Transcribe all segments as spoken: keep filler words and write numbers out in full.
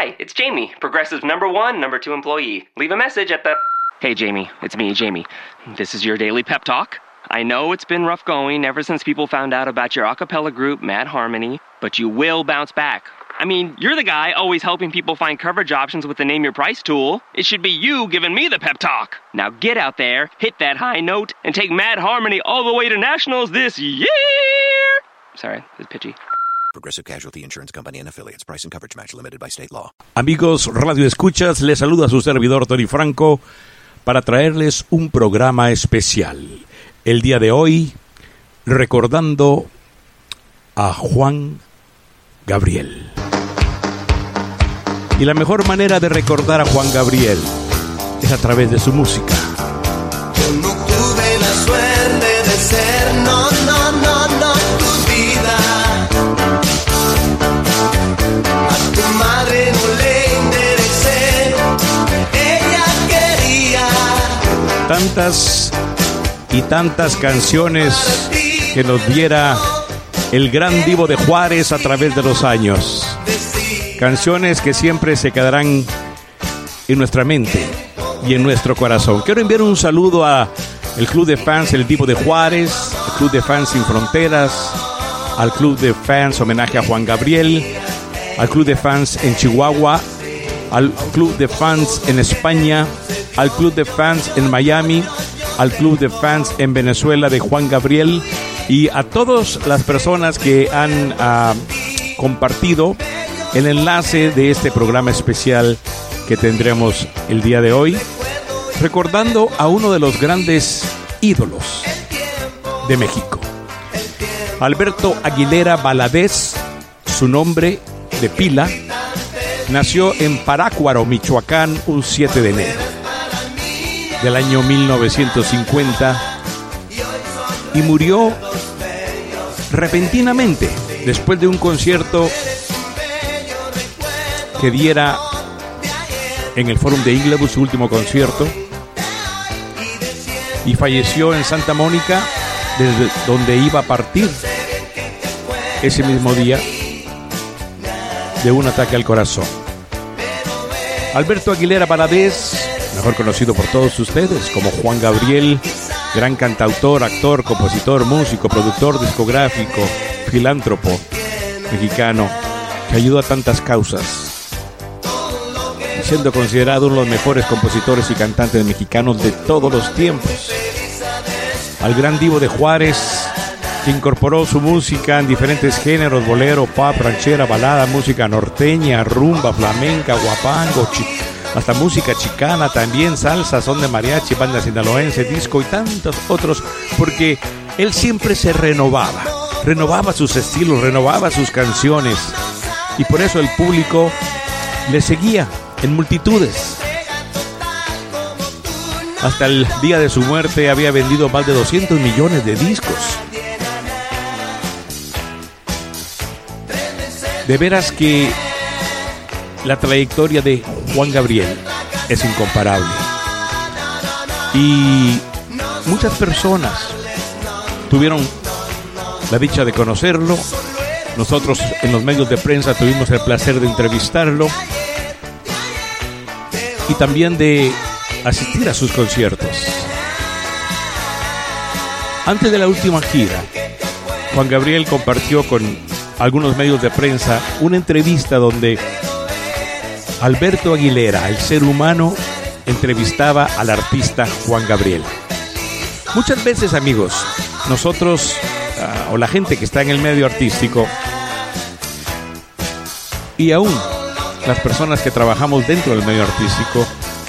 Hi, it's Jamie, Progressive's number one, number two employee. Leave a message at the... Hey, Jamie, it's me, Jamie. This is your daily pep talk. I know it's been rough going ever since people found out about your a cappella group, Mad Harmony, but you will bounce back. I mean, you're the guy always helping people find coverage options with the Name Your Price tool. It should be you giving me the pep talk. Now get out there, hit that high note, and take Mad Harmony all the way to nationals this year! Sorry, it's pitchy. Progressive Casualty Insurance Company and Affiliates. Price and coverage match limited by state law. Amigos Radio Escuchas, les saluda su servidor Tony Franco para traerles un programa especial. El día de hoy, recordando a Juan Gabriel. Y la mejor manera de recordar a Juan Gabriel es a través de su música. Yo no tuve la suerte de ser, no, no, no, no, tu vida. A tu madre no le interesé, ella quería. Tantas y tantas canciones que nos diera el gran divo de Juárez a través de los años. Canciones que siempre se quedarán en nuestra mente y en nuestro corazón. Quiero enviar un saludo a el Club de Fans El Divo de Juárez, al Club de Fans Sin Fronteras, al Club de Fans Homenaje a Juan Gabriel, al Club de Fans en Chihuahua, al Club de Fans en España, al Club de Fans en Miami, al Club de Fans en Venezuela de Juan Gabriel y a todas las personas que han uh, compartido el enlace de este programa especial que tendremos el día de hoy, recordando a uno de los grandes ídolos de México, Alberto Aguilera Valadez. Su nombre de pila, nació en Parácuaro, Michoacán, un siete de enero del año mil novecientos cincuenta y murió repentinamente después de un concierto que diera en el Fórum de Inglewood, su último concierto, y falleció en Santa Mónica, desde donde iba a partir ese mismo día de un ataque al corazón. Alberto Aguilera Valadez, mejor conocido por todos ustedes como Juan Gabriel, gran cantautor, actor, compositor, músico, productor discográfico, filántropo mexicano que ayudó a tantas causas, siendo considerado uno de los mejores compositores y cantantes mexicanos de todos los tiempos. Al gran divo de Juárez, que incorporó su música en diferentes géneros: bolero, pop, ranchera, balada, música norteña, rumba, flamenca, guapango, chi- hasta música chicana, también salsa, son de mariachi, banda sinaloense, disco y tantos otros, porque él siempre se renovaba, renovaba sus estilos, renovaba sus canciones, y por eso el público le seguía en multitudes. Hasta el día de su muerte había vendido más de doscientos millones de discos. De veras que la trayectoria de Juan Gabriel es incomparable. Y muchas personas tuvieron la dicha de conocerlo. Nosotros en los medios de prensa tuvimos el placer de entrevistarlo y también de asistir a sus conciertos. Antes de la última gira, Juan Gabriel compartió con algunos medios de prensa una entrevista donde Alberto Aguilera, el ser humano, entrevistaba al artista Juan Gabriel. Muchas veces, amigos, nosotros uh, o la gente que está en el medio artístico y aún las personas que trabajamos dentro del medio artístico,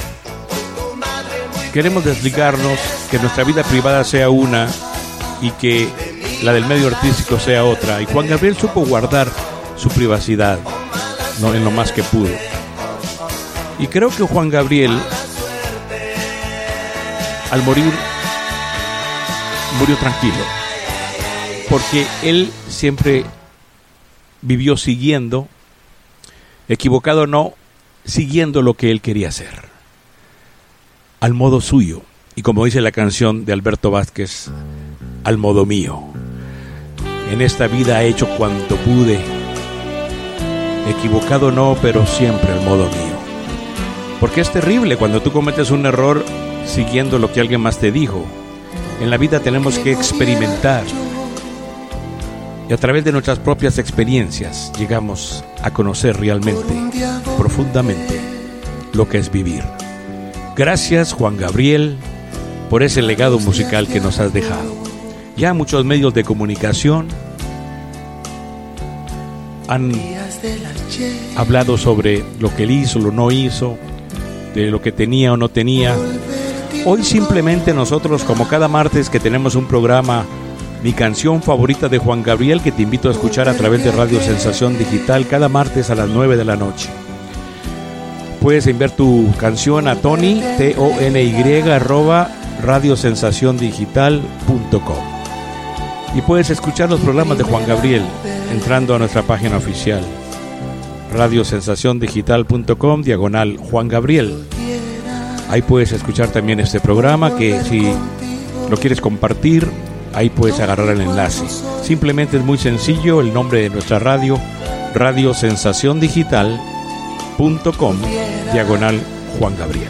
queremos desligarnos, que nuestra vida privada sea una y que la del medio artístico sea otra. Y Juan Gabriel supo guardar su privacidad, no, en lo más que pudo. Y creo que Juan Gabriel, al morir, murió tranquilo, porque él siempre vivió siguiendo, equivocado o no, siguiendo lo que él quería hacer, al modo suyo, y como dice la canción de Alberto Vázquez, al modo mío. En esta vida he hecho cuanto pude equivocado no, pero siempre al modo mío. Porque es terrible cuando tú cometes un error siguiendo lo que alguien más te dijo. En la vida tenemos que experimentar. Y a través de nuestras propias experiencias llegamos a conocer realmente, profundamente, lo que es vivir. Gracias, Juan Gabriel, por ese legado musical que nos has dejado. Ya muchos medios de comunicación han hablado sobre lo que él hizo, lo no hizo, de lo que tenía o no tenía. Hoy simplemente nosotros, como cada martes que tenemos un programa, mi canción favorita de Juan Gabriel, que te invito a escuchar a través de Radio Sensación Digital cada martes a las nueve de la noche. Puedes enviar tu canción a Tony, T O N Y, arroba radiosensaciondigital punto com. Y puedes escuchar los programas de Juan Gabriel entrando a nuestra página oficial, radiosensaciondigital punto com, diagonal Juan Gabriel. Ahí puedes escuchar también este programa, que si lo quieres compartir, ahí puedes agarrar el enlace. Simplemente es muy sencillo, el nombre de nuestra radio, radiosensaciondigital punto com, diagonal Juan Gabriel.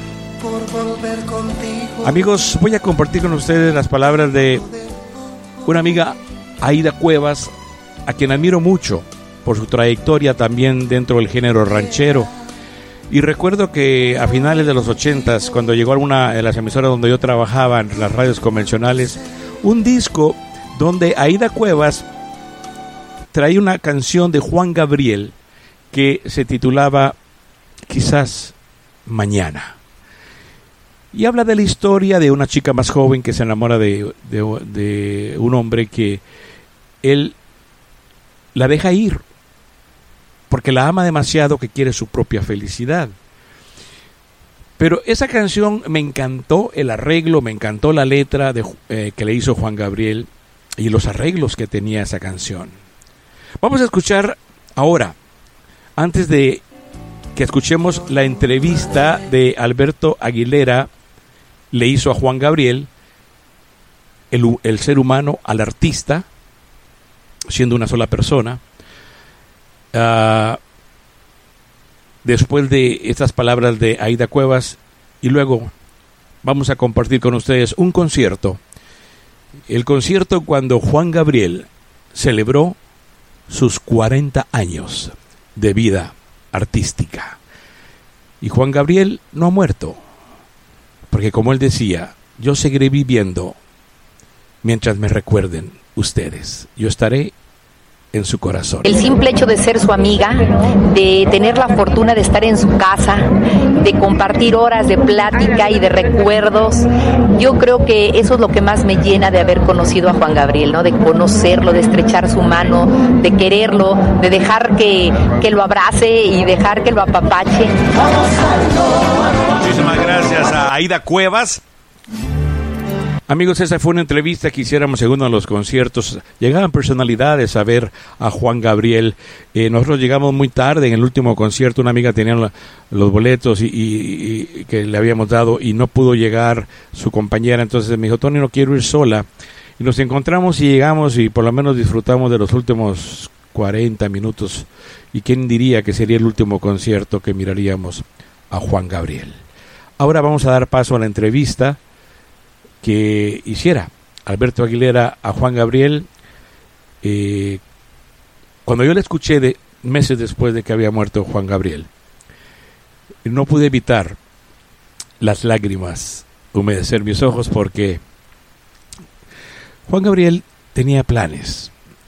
Amigos, voy a compartir con ustedes las palabras de una amiga, Aida Cuevas, a quien admiro mucho por su trayectoria también dentro del género ranchero. Y recuerdo que a finales de los ochentas, cuando llegó a una de las emisoras donde yo trabajaba, en las radios convencionales, un disco donde Aida Cuevas traía una canción de Juan Gabriel que se titulaba Quizás Mañana. Y habla de la historia de una chica más joven que se enamora de, de, de un hombre que él la deja ir porque la ama demasiado, que quiere su propia felicidad. Pero esa canción me encantó, el arreglo, me encantó la letra de, eh, que le hizo Juan Gabriel y los arreglos que tenía esa canción. Vamos a escuchar ahora, antes de que escuchemos la entrevista de Alberto Aguilera, le hizo a Juan Gabriel, el, el ser humano al artista, siendo una sola persona. Uh, después de estas palabras de Aida Cuevas, y luego vamos a compartir con ustedes un concierto, el concierto cuando Juan Gabriel celebró sus cuarenta años de vida artística. Y Juan Gabriel no ha muerto, porque como él decía, yo seguiré viviendo mientras me recuerden ustedes, yo estaré en su corazón. El simple hecho de ser su amiga, de tener la fortuna de estar en su casa, de compartir horas de plática y de recuerdos, yo creo que eso es lo que más me llena de haber conocido a Juan Gabriel, ¿no? De conocerlo, de estrechar su mano, de quererlo, de dejar que, que lo abrace y dejar que lo apapache. Muchísimas gracias a Aida Cuevas. Amigos, esa fue una entrevista que hiciéramos en uno de los conciertos. Llegaban personalidades a ver a Juan Gabriel. Eh, nosotros llegamos muy tarde en el último concierto. Una amiga tenía la, los boletos y, y, y que le habíamos dado y no pudo llegar su compañera. Entonces me dijo, Tony, no quiero ir sola. Y nos encontramos y llegamos y por lo menos disfrutamos de los últimos cuarenta minutos. Y quién diría que sería el último concierto que miraríamos a Juan Gabriel. Ahora vamos a dar paso a la entrevista que hiciera Alberto Aguilera a Juan Gabriel. Eh, cuando yo le escuché de, meses después de que había muerto Juan Gabriel, no pude evitar las lágrimas humedecer mis ojos, porque Juan Gabriel tenía planes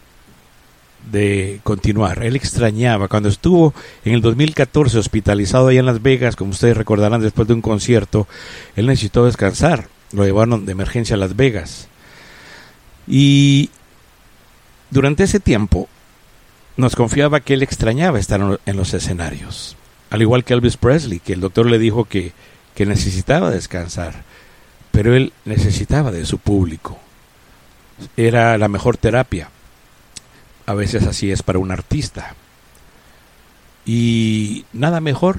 de continuar. Él extrañaba cuando estuvo en el dos mil catorce hospitalizado allá en Las Vegas, como ustedes recordarán, después de un concierto, él necesitó descansar. Lo llevaron de emergencia a Las Vegas. Y durante ese tiempo nos confiaba que él extrañaba estar en los escenarios. Al igual que Elvis Presley, que el doctor le dijo que, que necesitaba descansar. Pero él necesitaba de su público. Era la mejor terapia. A veces así es para un artista. Y nada mejor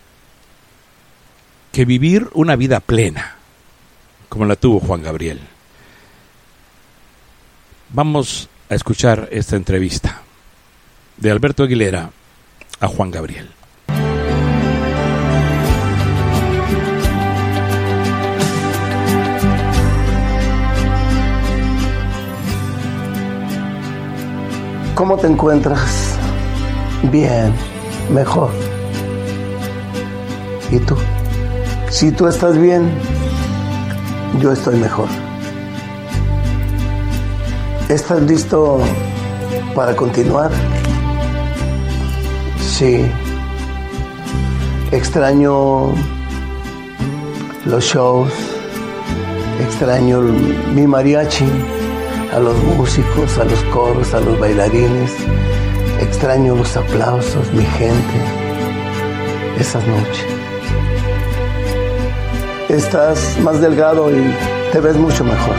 que vivir una vida plena, como la tuvo Juan Gabriel. Vamos a escuchar esta entrevista de Alberto Aguilera a Juan Gabriel. ¿Cómo te encuentras? Bien, mejor. ¿Y tú? Si tú estás bien, yo estoy mejor. ¿Estás listo para continuar? Sí. Extraño los shows, extraño mi mariachi, a los músicos, a los coros, a los bailarines. Extraño los aplausos, mi gente, esas noches. Estás más delgado y te ves mucho mejor.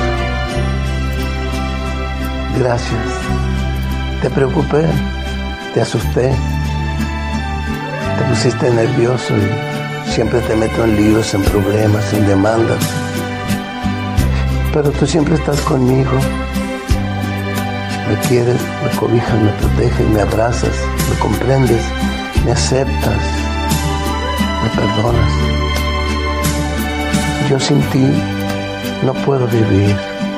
Gracias. Te preocupé, te asusté, te pusiste nervioso y siempre te meto en líos, en problemas, en demandas. Pero tú siempre estás conmigo. Me quieres, me cobijas, me proteges, me abrazas, me comprendes, me aceptas, me perdonas. Yo sin ti no puedo vivir.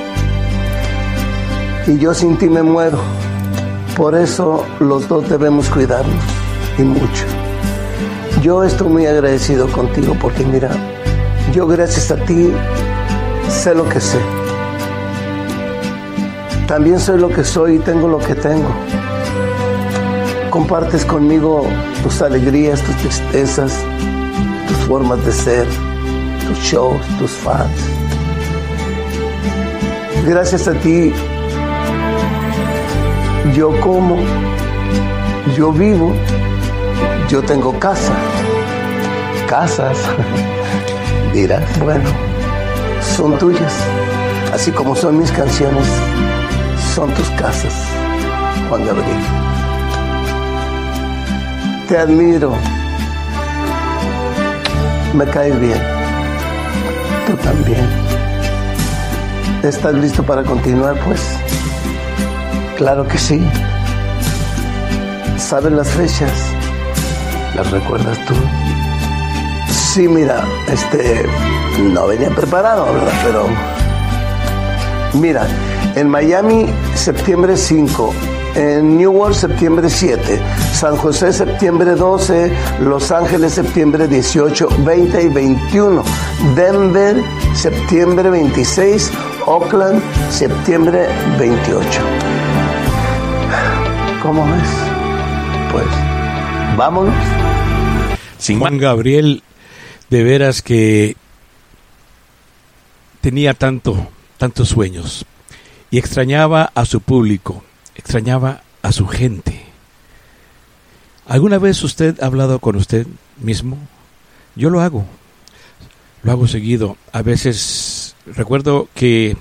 Y yo sin ti me muero. Por eso los dos debemos cuidarnos, y mucho. Yo estoy muy agradecido contigo porque mira, yo gracias a ti sé lo que sé. También soy lo que soy y tengo lo que tengo. Compartes conmigo tus alegrías, tus tristezas, tus formas de ser, tus shows, tus fans. Gracias a ti, yo como, yo vivo, yo tengo casa. Casas, dirás, bueno, son tuyas, así como son mis canciones. Son tus casas, Juan Gabriel. Te admiro. Me caes bien. Tú también. ¿Estás listo para continuar, pues? Claro que sí. ¿Sabes las fechas? ¿Las recuerdas tú? Sí, mira, este... no venía preparado, ¿verdad? Pero... mira... en Miami, septiembre cinco. En Newark, septiembre siete. San José, septiembre doce. Los Ángeles, septiembre dieciocho, veinte y veintiuno. Denver, septiembre veintiséis. Oakland, septiembre veintiocho. ¿Cómo ves? Pues, vámonos. Sin Juan Gabriel, de veras que tenía tanto, tantos sueños. Y extrañaba a su público, extrañaba a su gente. ¿Alguna vez usted ha hablado con usted mismo? Yo lo hago, lo hago seguido. A veces recuerdo que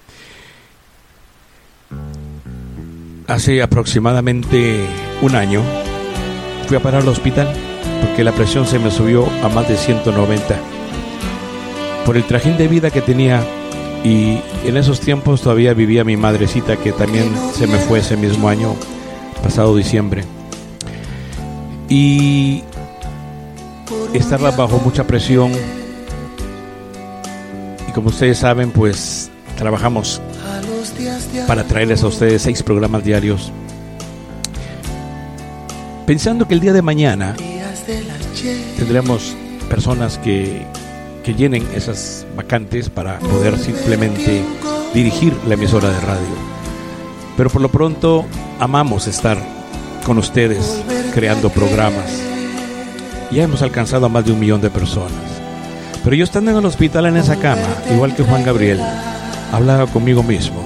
hace aproximadamente un año fui a parar al hospital porque la presión se me subió a más de ciento noventa por el trajín de vida que tenía. Y en esos tiempos todavía vivía mi madrecita, que también se me fue ese mismo año, pasado diciembre. Y estaba bajo mucha presión. Y como ustedes saben, pues trabajamos para traerles a ustedes seis programas diarios. Pensando que el día de mañana tendremos personas que... que llenen esas vacantes para poder simplemente dirigir la emisora de radio. Pero por lo pronto amamos estar con ustedes creando programas. Ya hemos alcanzado a más de un millón de personas. Pero yo estando en el hospital en esa cama, igual que Juan Gabriel, hablaba conmigo mismo.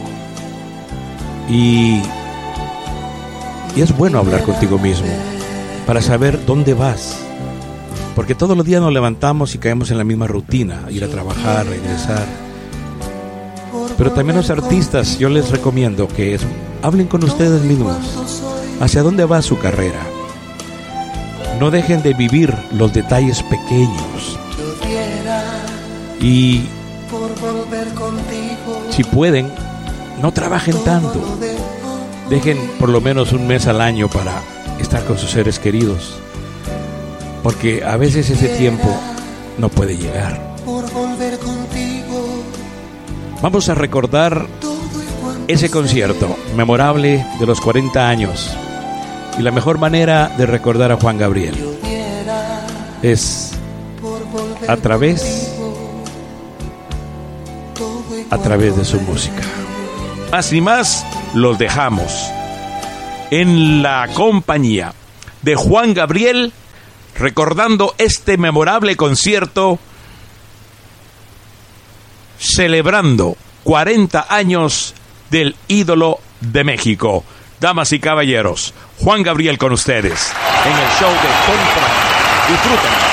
Y, y es bueno hablar contigo mismo para saber dónde vas. Porque todos los días nos levantamos y caemos en la misma rutina, ir a trabajar, regresar. Pero también los artistas, yo les recomiendo que es, hablen con ustedes mismos. ¿Hacia dónde va su carrera? No dejen de vivir los detalles pequeños. Y si pueden, no trabajen tanto. Dejen por lo menos un mes al año para estar con sus seres queridos. porque a veces ese tiempo no puede llegar. Vamos a recordar ese concierto memorable de los cuarenta años, y la mejor manera de recordar a Juan Gabriel es a través a través de su música. Más ni más, los dejamos en la compañía de Juan Gabriel, recordando este memorable concierto, celebrando cuarenta años del ídolo de México. Damas y caballeros, Juan Gabriel con ustedes en el show de Tony Frank. Disfruten.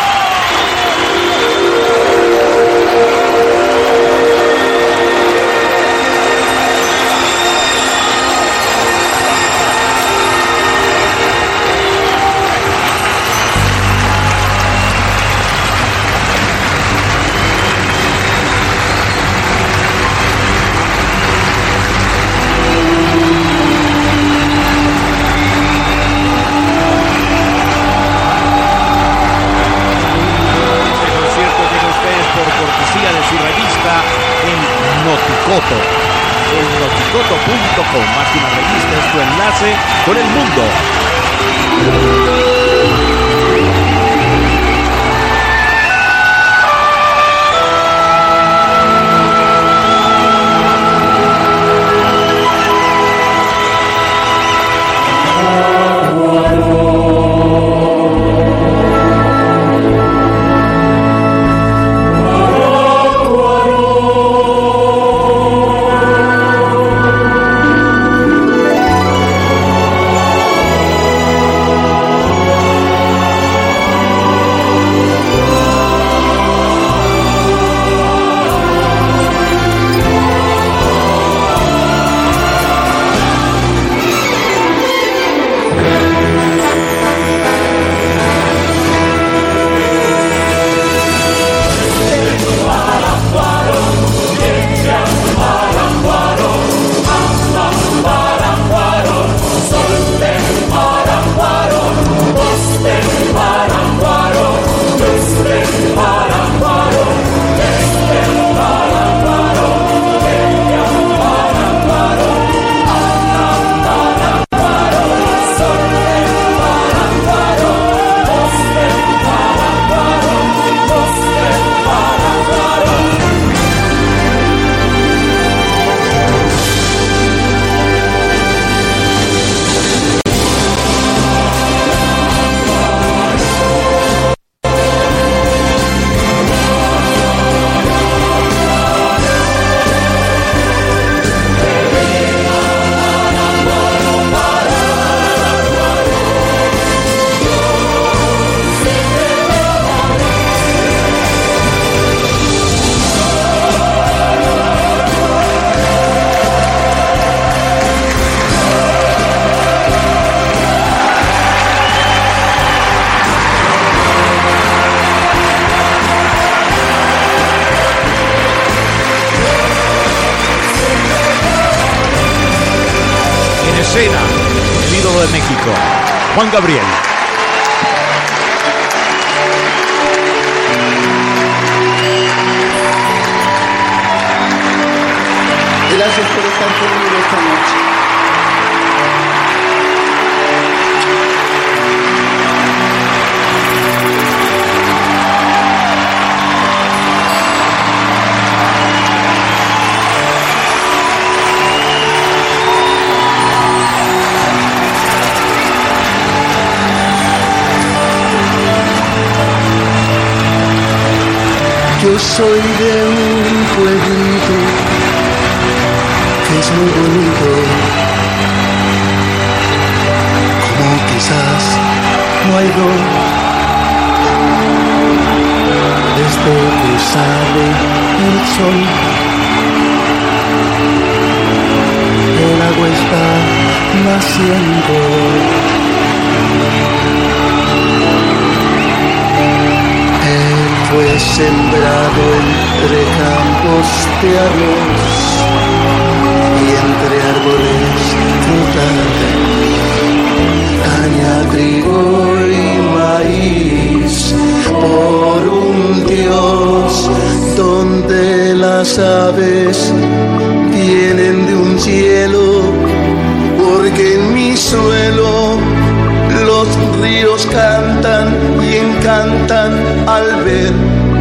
El noticoto punto com, más que una revista, es tu enlace con el mundo. Escena, el ídolo de México, Juan Gabriel. Gracias por estar conmigo esta noche. Yo soy de un pueblito que es muy bonito, como quizás no hay dos, desde que sale el sol, el agua está naciendo. Fue sembrado entre campos de arroz y entre árboles frutales, caña, trigo y maíz. encantan al ver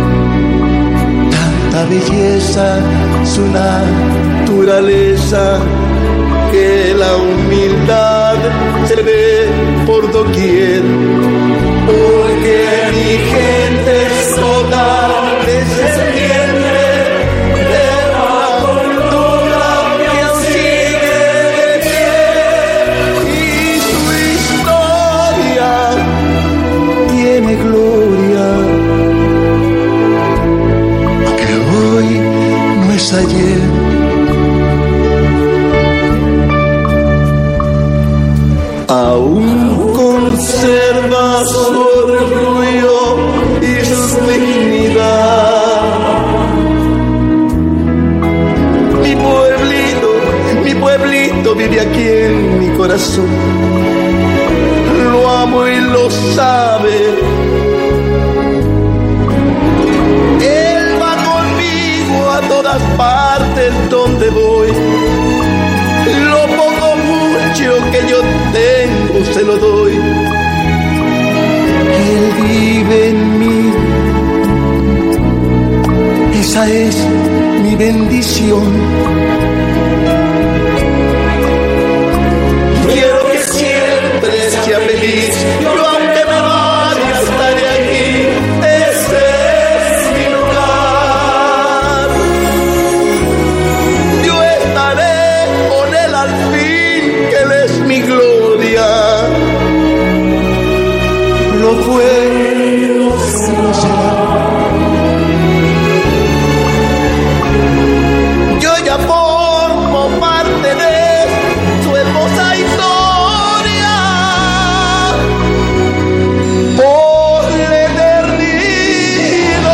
tanta belleza, su naturaleza, que la humildad se ve por doquier, porque mi gente es toda descendiente de una cultura que aún sigue de pie, y su historia tiene gloria, que hoy no es ayer. Aún conserva su orgullo y su dignidad. Mi pueblito, mi pueblito vive aquí en mi corazón. Lo amo y lo sabe. Él va conmigo a todas partes donde voy. Lo poco mucho que yo tengo se lo doy. Él vive en mí. Esa es mi bendición. Quiero que siempre sea feliz. Yo aunque me vaya estaré aquí. Ese es mi lugar. Yo estaré con él al fin, que él es mi gloria. Lo fue, lo será. Yo ya formo parte de su hermosa historia por la eternidad.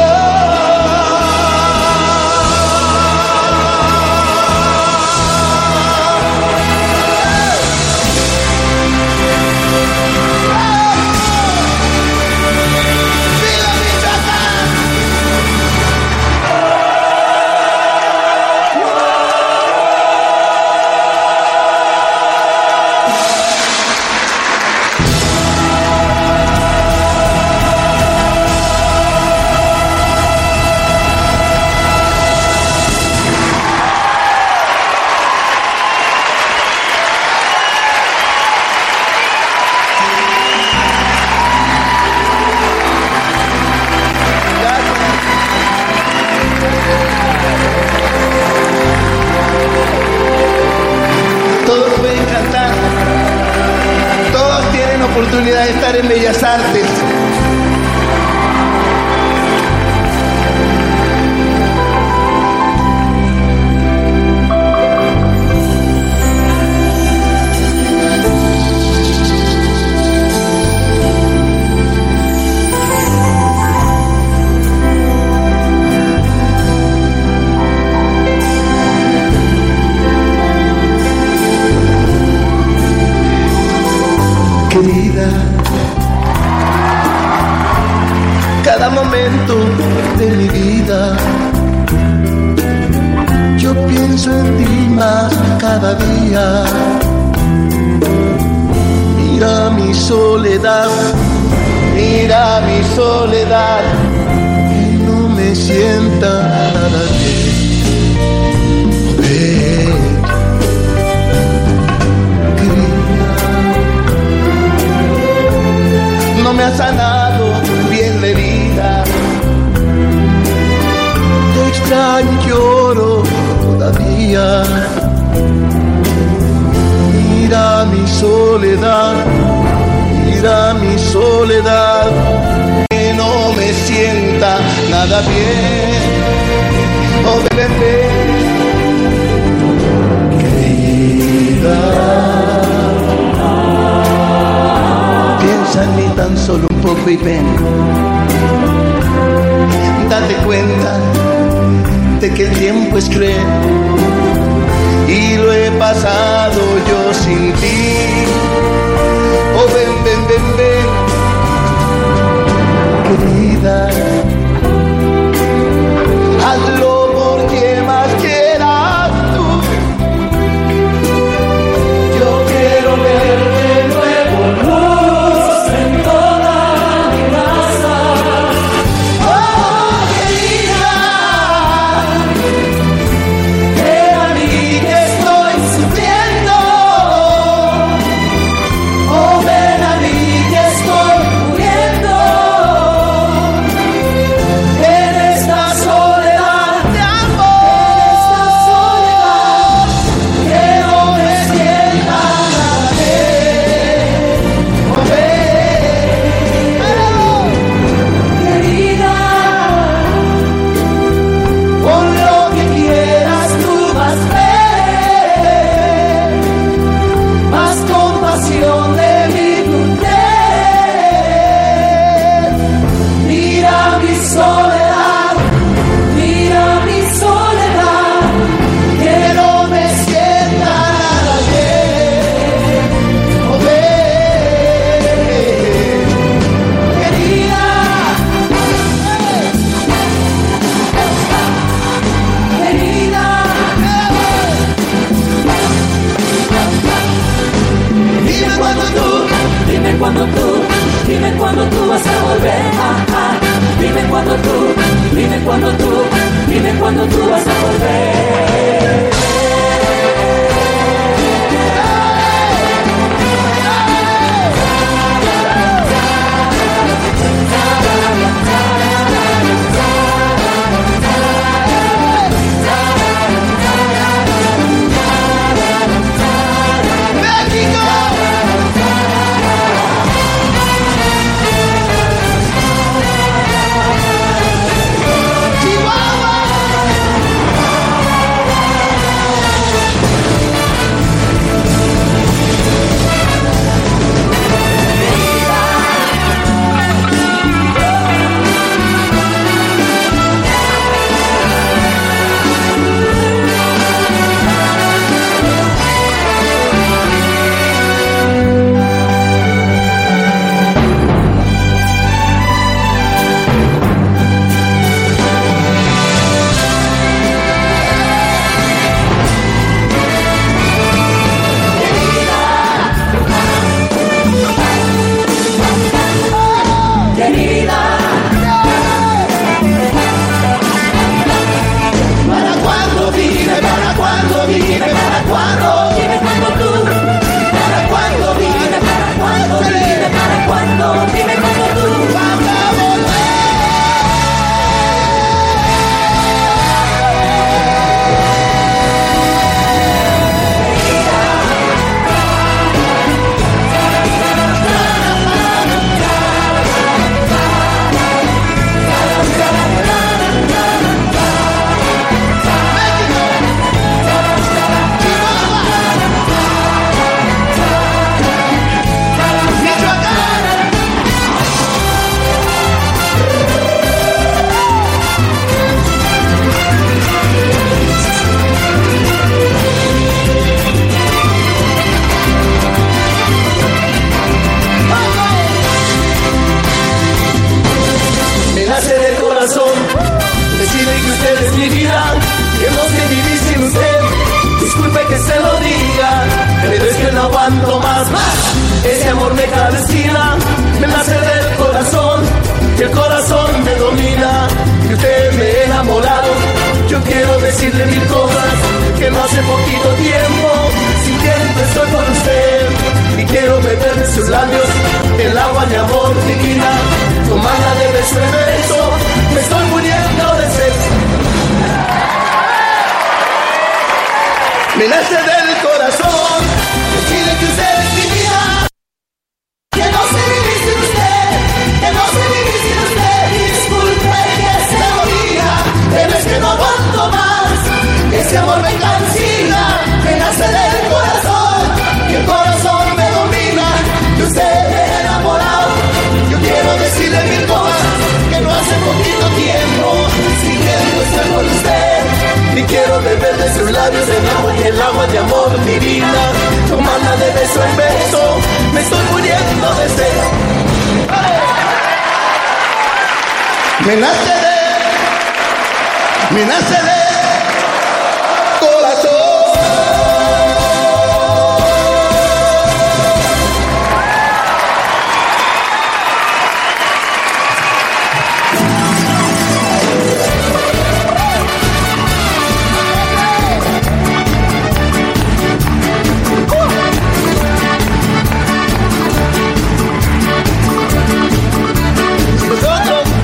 Todos pueden cantar, todos tienen oportunidad de estar en Bellas Artes. Querida, cada momento de mi vida yo pienso en ti más cada día. Mira mi soledad, mira mi soledad, que no me sienta nada bien. Ven, no me ha sanado bien la herida. Te extraño y lloro todavía. Mira mi soledad, mira mi soledad, que no me sienta nada bien. Oh, ven, ven, querida. Piensa en mí tan solo un poco y ven. Date cuenta de que el tiempo es cruel y lo he pasado yo sin ti. Oh, ven, ven, ven, ven, querida. Hazlo porque más quieras tú. Yo quiero ver de nuevo luz en toda mi casa. soledad, mira mi soledad, que no me sienta nada bien, oh, ven, querida, querida, dime cuando tú, dime cuando tú, dime cuando tú vas a volver, ah, ah. Dime cuando tú, dime cuando tú, dime cuando tú vas a volver. Me nace de, me nace de corazón.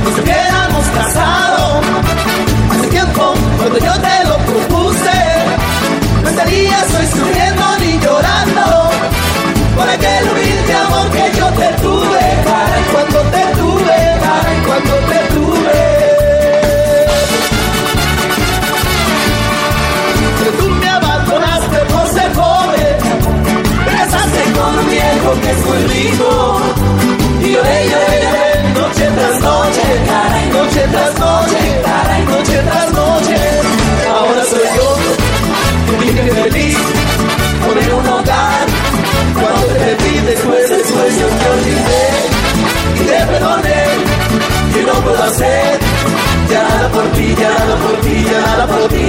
Cuando yo te lo propuse, puedo hacer. Ya nada por ti, ya nada por ti, ya nada por ti.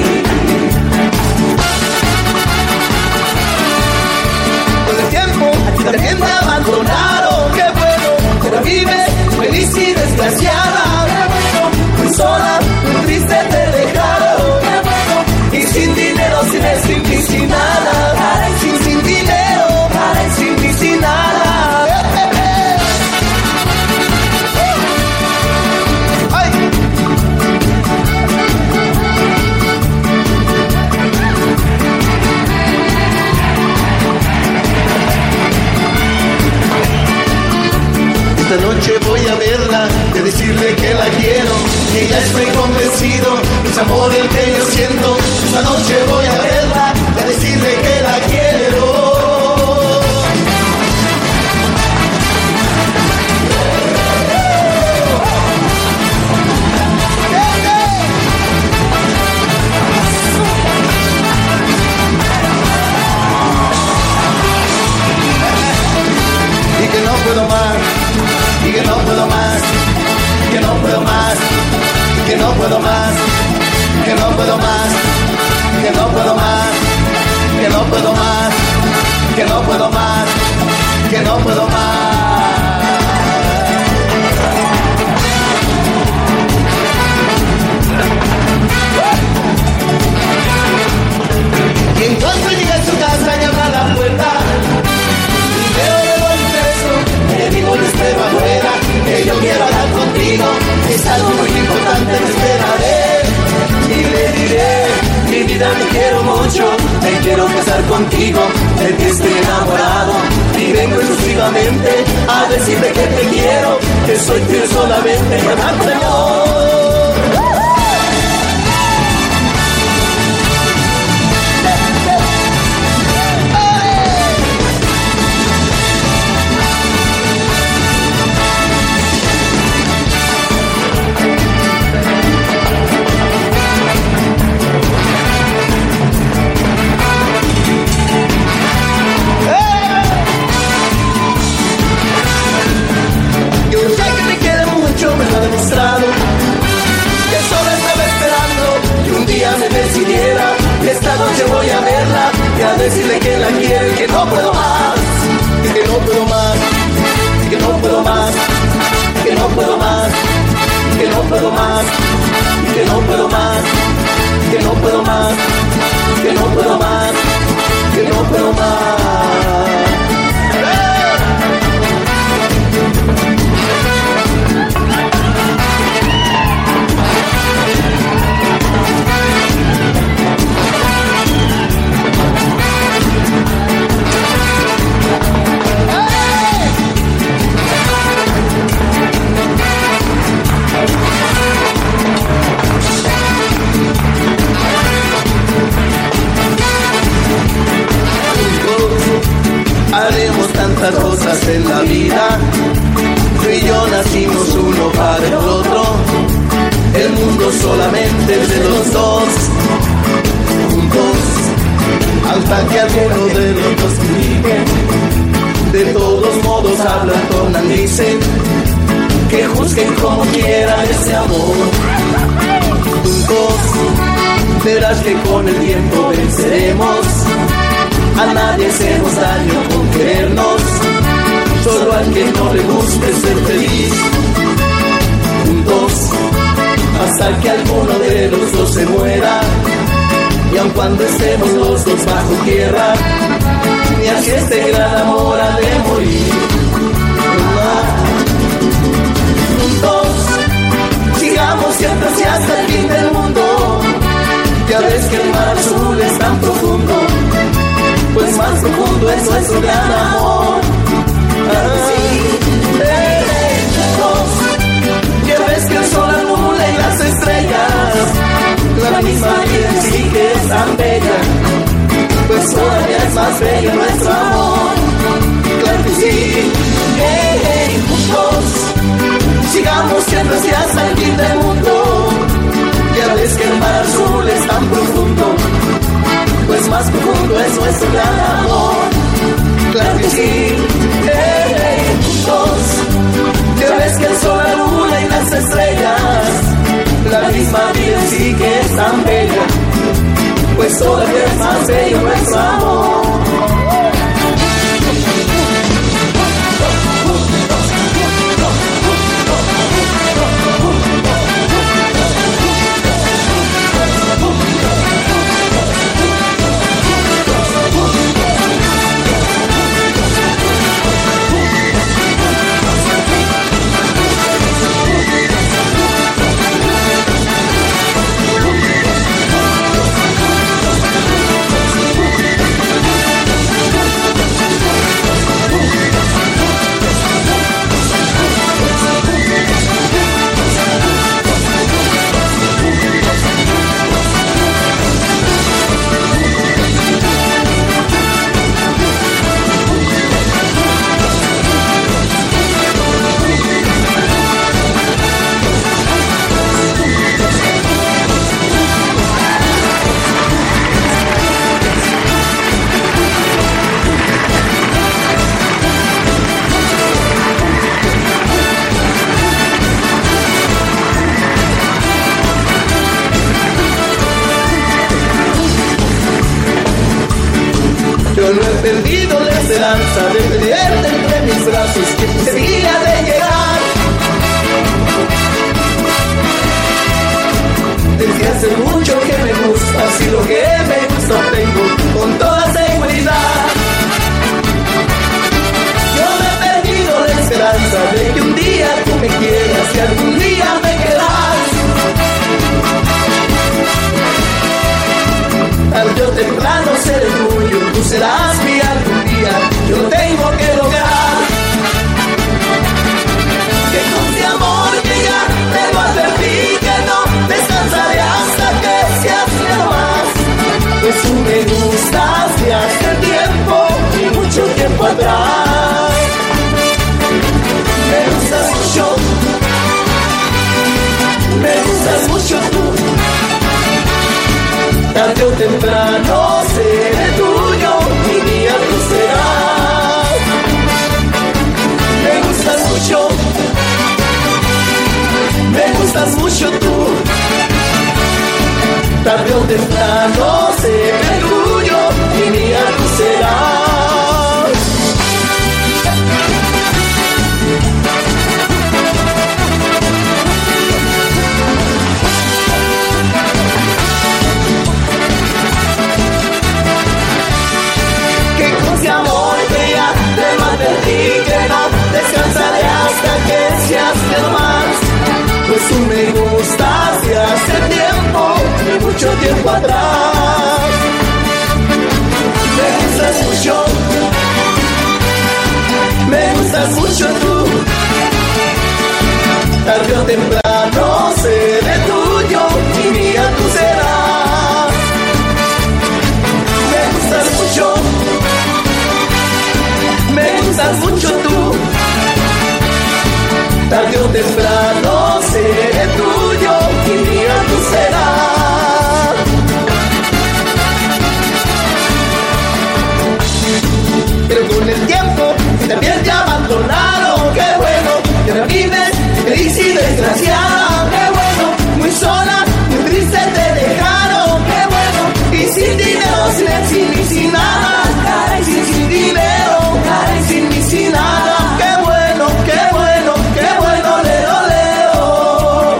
Con el tiempo a ti también me abandonaron, qué bueno, pero vives feliz y desgraciada, qué bueno, muy sola, muy triste te dejaron, qué bueno, y sin dinero, sin el sin ti, sin nada, sin, sin dinero, sin ti, sin nada. ¡Ay! Esta noche voy a verla, de decirle que la quiero, que ya estoy convencido, es amor el que yo siento. Esta noche voy a verla, de decirle que la quiero. Y que no puedo más, y que no puedo más, que no puedo más, que no puedo más, que no puedo más, que no puedo más, que no puedo más, que no puedo más, que no puedo más. Y en cuanto llega a su casa y abra la puerta, primero le doy un beso, le digo le espero afuera, que yo quiero hablar contigo, es algo muy importante, me esperaré y le diré, mi vida me quiero mucho, me quiero casar contigo, de ti estoy enamorado y vengo exclusivamente a decirte que te quiero, que soy tuyo solamente y amarte amor. Me lo ha demostrado, que solo estaba esperando que un día me decidiera, que esta noche voy a verla y a decirle que la quiero y que no puedo más, y que no puedo más, y que no puedo más, y que no puedo más, y que no puedo más, y que no puedo más, y que no puedo más, y que no puedo más, y que no puedo más. Haremos tantas cosas en la vida, tú y yo nacimos uno para el otro, el mundo solamente es de los dos, juntos, hasta que alguno de los dos grite, de todos modos hablan, tornan, dicen, que juzguen como quieran ese amor, juntos, verás que con el tiempo venceremos. A nadie hacemos daño con querernos, solo al que no le guste ser feliz. Juntos, hasta que alguno de los dos se muera, y aun cuando estemos los dos bajo tierra, ni así este gran amor ha de morir. Juntos, sigamos siempre hacia hasta el fin del mundo, ya ves que el mar azul es tan profundo, pues más profundo es nuestro gran amor. Así, lejos, ya ves que el sol, la luna y las estrellas, la misma vida en sí que es tan bella, pues todavía es más bello nuestro amor. Claro que sí, hey, hey, juntos, sigamos siempre hacia hasta el fin del mundo, ya ves que el mar azul es tan profundo, pues más profundo es nuestro gran amor. Claro que sí, hey, hey, juntos, ya ves que el sol, la luna y las estrellas, pues todavía es más bello nuestro amor. Yo no he perdido la esperanza de tenerte entre mis brazos, que seguía de llegar. Desde hace mucho que me gustas y lo que me gusta tengo con toda seguridad. Yo no he perdido la esperanza de que un día tú me quieras y algún día me querrás. Tarde o temprano seré tuyo, tú serás mi algún día, yo lo tengo que lograr. Que con mi amor que ya te lo advertí, que no descansaré hasta que seas mi más. Pues tú me gustas de hace tiempo y mucho tiempo atrás. Me gustas mucho, me gustas mucho tú. Tarde o temprano seré tuyo, mi día tú serás. Me gustas mucho, me gustas mucho tú. Tarde o temprano seré tuyo, mi día tú serás. Que no descansaré hasta que seas mi más. Pues tú me gustas de hace tiempo y mucho tiempo atrás. Me gustas mucho, me gustas mucho tú. Tarde o temprano seré tuyo y mía tú serás. Me gustas mucho, me gustas mucho tú. Tarde o temprano seré tuyo y mía tú serás. Pero con el tiempo también te abandonaron, qué bueno. Y ahora vives feliz y desgraciada, qué bueno. Muy sola, muy triste te dejaron, qué bueno. Y sin dinero, sin éxito y sin nada, caray, sin, sin dinero, caray, sin ni sin nada. Qué bueno, qué bueno, qué bueno, leo, leo.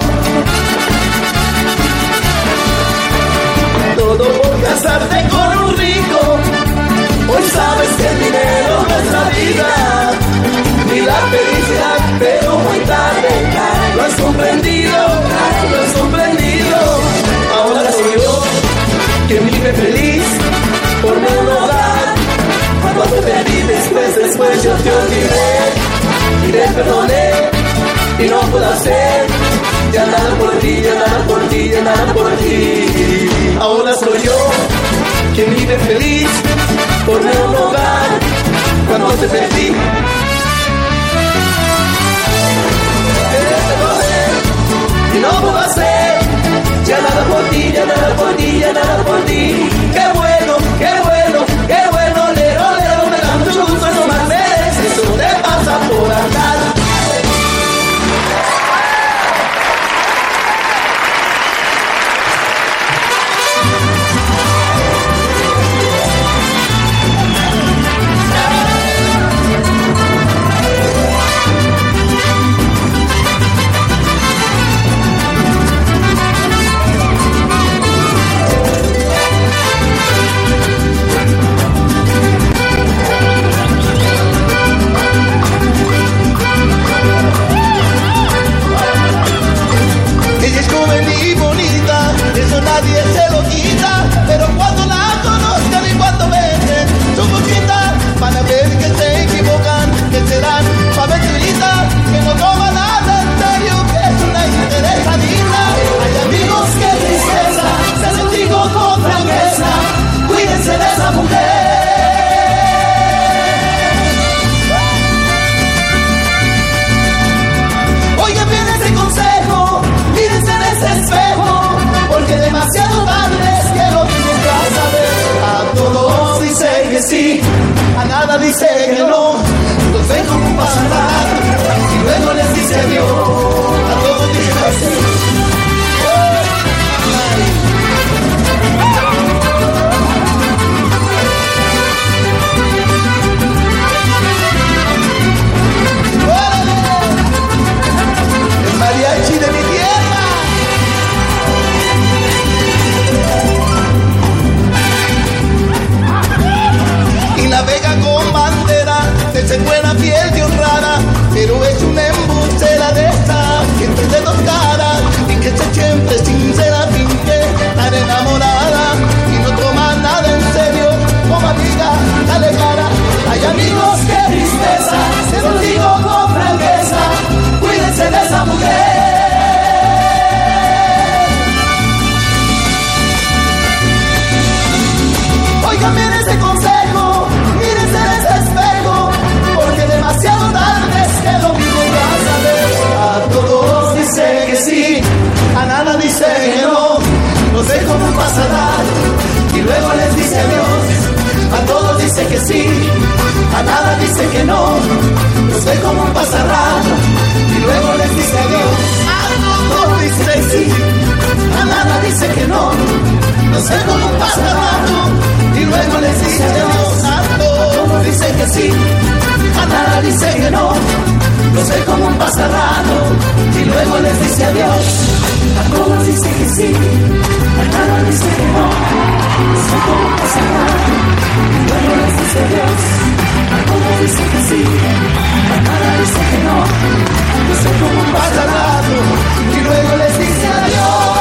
Todo por casarte con un rico. Hoy sabes que el dinero no es la vida, ni la felicidad, pero muy tarde lo has comprendido, lo has comprendido. Ahora soy yo quien vive feliz por no lograr. Cuando te perdí después, después yo te olvidé y te perdoné y no puedo hacer ya nada por ti, ya nada por ti, ya nada por ti. Ahora soy yo quien vive feliz por no lograr. Cuando te perdí, te perdoné y no puedo hacer ya nada por ti, ya nada por ti, ya nada por ti. Qué bueno, qué bueno, qué bueno, lero, lero, me da mucho gusto, no más mereces, eso te pasa por andar. joven y bonita, eso nadie se lo quita, pero cuando la conozcan y cuando venden su boquita, van a ver que se equivocan, que serán paventuritas, que no toman nada en serio, que es una interesadita. Hay amigos que tristeza, se los digo con franqueza, cuídense de esa mujer. Oigan bien ese consejo, mírense en ese espejo, porque demasiado tarde es que lo que nunca saber. A todos dice que sí, a nada dice que no, los ven como un pasar y luego les dice adiós. A todos dice que sí. El mariachi de mi tierra. Y navega con bandera de ser buena, fiel y honrada, pero es una embustera de esta que entre dos caras y que se siempre sincera, finge tan enamorada y no toma nada en serio. Como amiga, dale cara. Hay amigos que tristeza, se los digo con franqueza, cuídense de esa mujer. Oigan bien este consejo, mírense en ese espejo, porque demasiado tarde es que lo mismo vas a ver. A todos dice que sí, a nada dice que no, no sé cómo pasará y luego les dice adiós. A todos dice que sí, a nada dice que no, no sé cómo pasará y luego les dice adiós. A todos dice que sí, a nada dice que no, no sé cómo pasará y luego les dice adiós. A todos dice que sí, a nada dice que no, no sé cómo pasa rato y luego les dice adiós. A todos dice que sí, a nada dice que no, no sé cómo pasa rato y luego les dice adiós. A todos dice que sí, a nada dice que no, no sé cómo pasa rato y luego les dice adiós.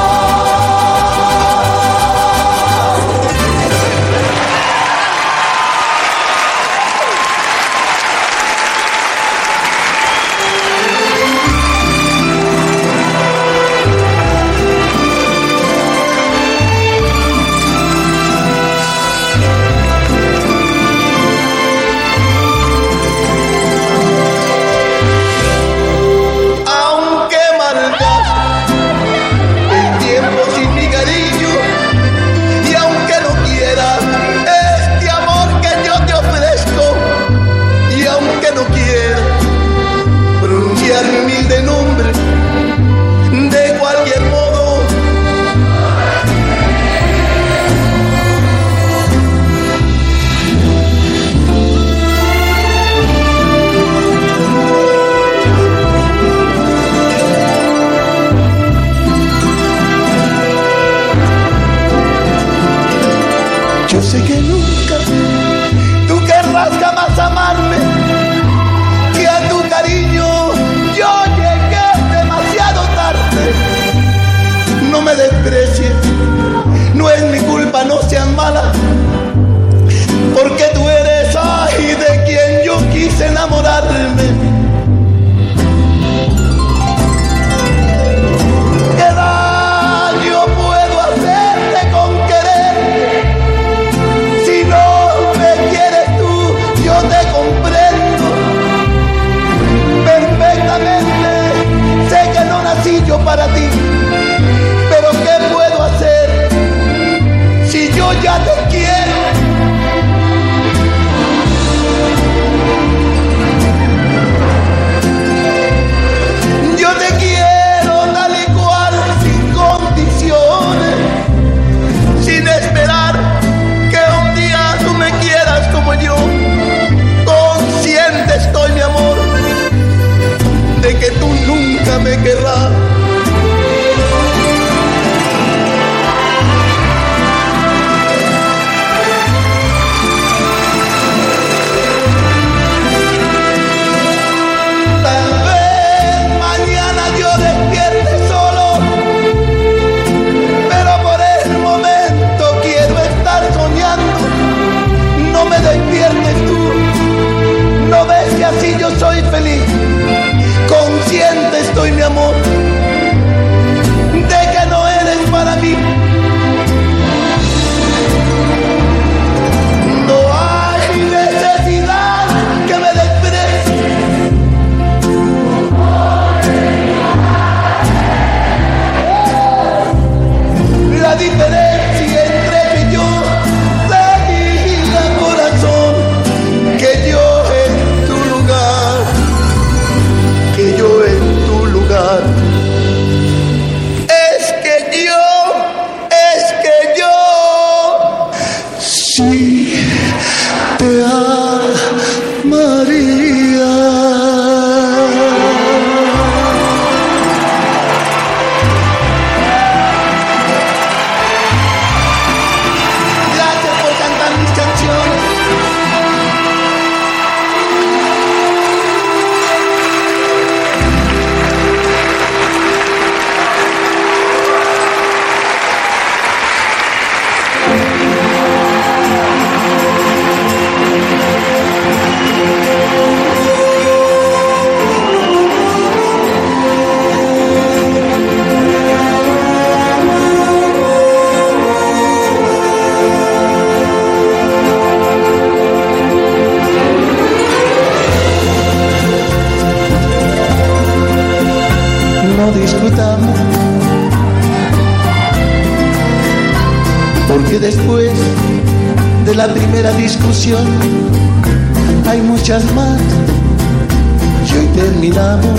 porque después de la primera discusión hay muchas más y hoy terminamos.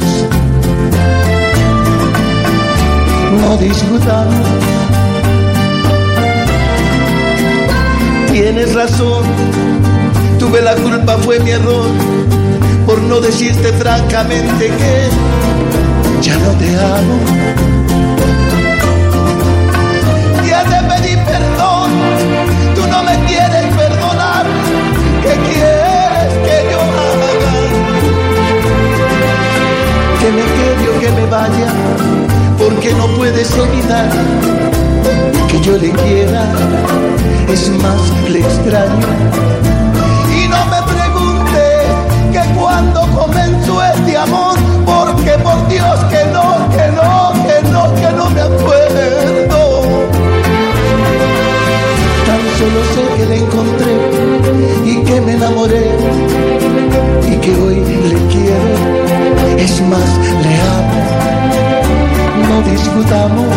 No discutamos. Tienes razón, tuve la culpa, fue mi error, por no decirte francamente que ya no te amo. Ya te pedí perdón, tú no me quieres perdonar. ¿Qué quieres que yo haga? Que me quede o que me vaya, porque no puedes evitar que yo le quiera. Es más, le extraño. Y no me pregunte que cuando comenzó este amor, porque por Dios que no, que no, que no, que no me acuerdo. Tan solo sé que le encontré y que me enamoré y que hoy le quiero. Es más, le amo. No discutamos.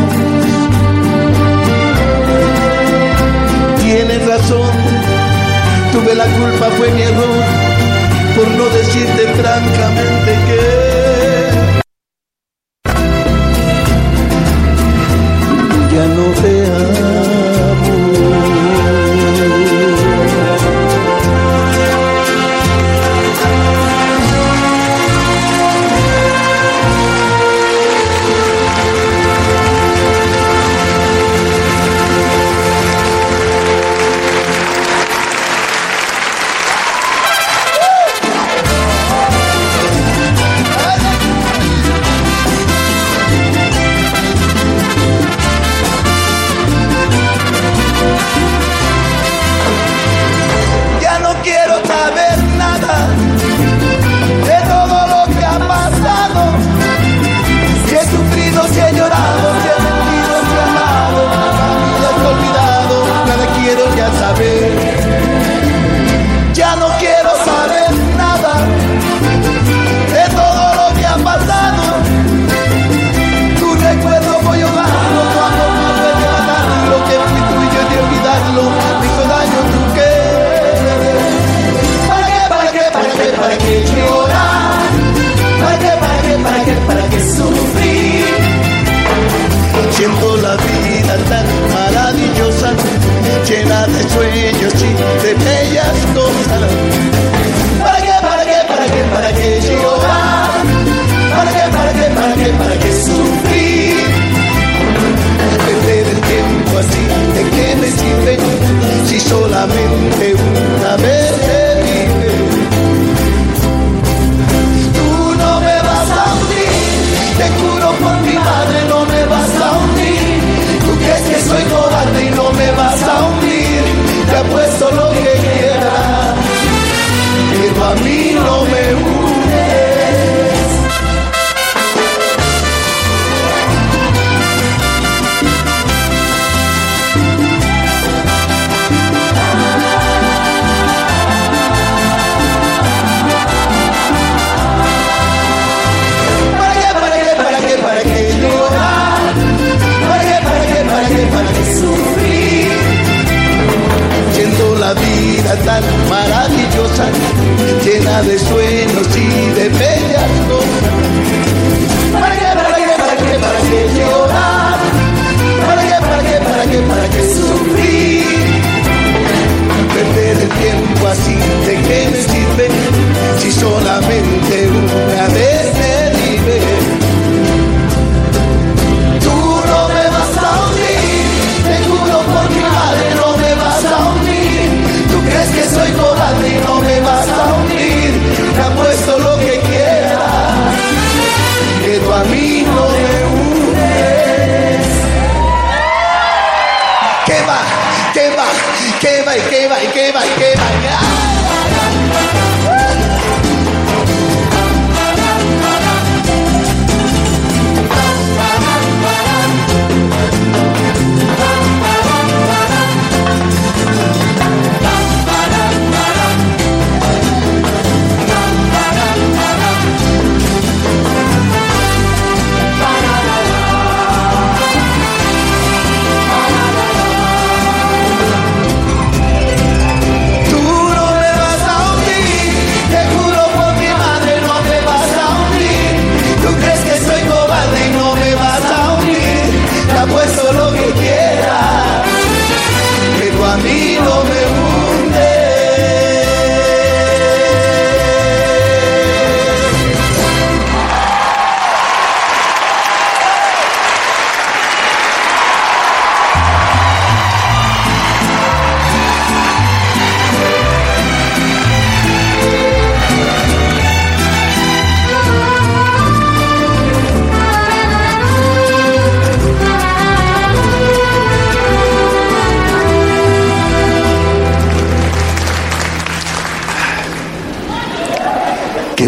Tienes razón, tuve la culpa, fue mi error, por no decirte francamente que ya no te amo. Ya no quiero saber nada de todo lo que ha pasado. Tu recuerdo voy ahogando, tu amor no puede matarlo. Lo que fui tuyo de olvidarlo me hizo daño, ¿tú qué? ¿Para qué, para qué, para qué, para qué llorar? ¿Para qué, para qué, para qué, para qué sufrir? Siento la vida tan maravillosa, llena de sueños y de bellas cosas. ¿Para qué, para qué, para qué, para qué llorar? ¿Para qué, para qué, para qué, para qué sufrir? Perder el tiempo así, ¿de qué me sirve? Si solamente una vez se vive. Tú no me vas a hundir, te juro por mi madre, no me vas a hundir. Tú crees que soy cobarde y no me vas a hundir. Te apuesto lo que quieras, pero a mí no me hundes. ¿Para qué, para qué, para qué, para qué llorar? ¿Para qué, para qué, para qué, para qué sufrir? Siendo la vida tan maravillosa, llena de sueños y de bellas cosas. ¿Para qué, para qué, para qué, para qué llorar? ¿Para qué, para qué, para qué, para qué sufrir? Perder el tiempo así, ¿de qué me sirve? Si solamente una vez se vive. Tú no me vas a hundir, te juro por mi madre, no me vas a hundir. Tú crees que soy cobarde y no me vas a hundir. Te apuesto lo que quieras, pero a mí no me hundes. ¿Qué va? ¿Qué va? ¿Qué va? ¿Y qué va? ¿Y qué va? ¿Y qué va?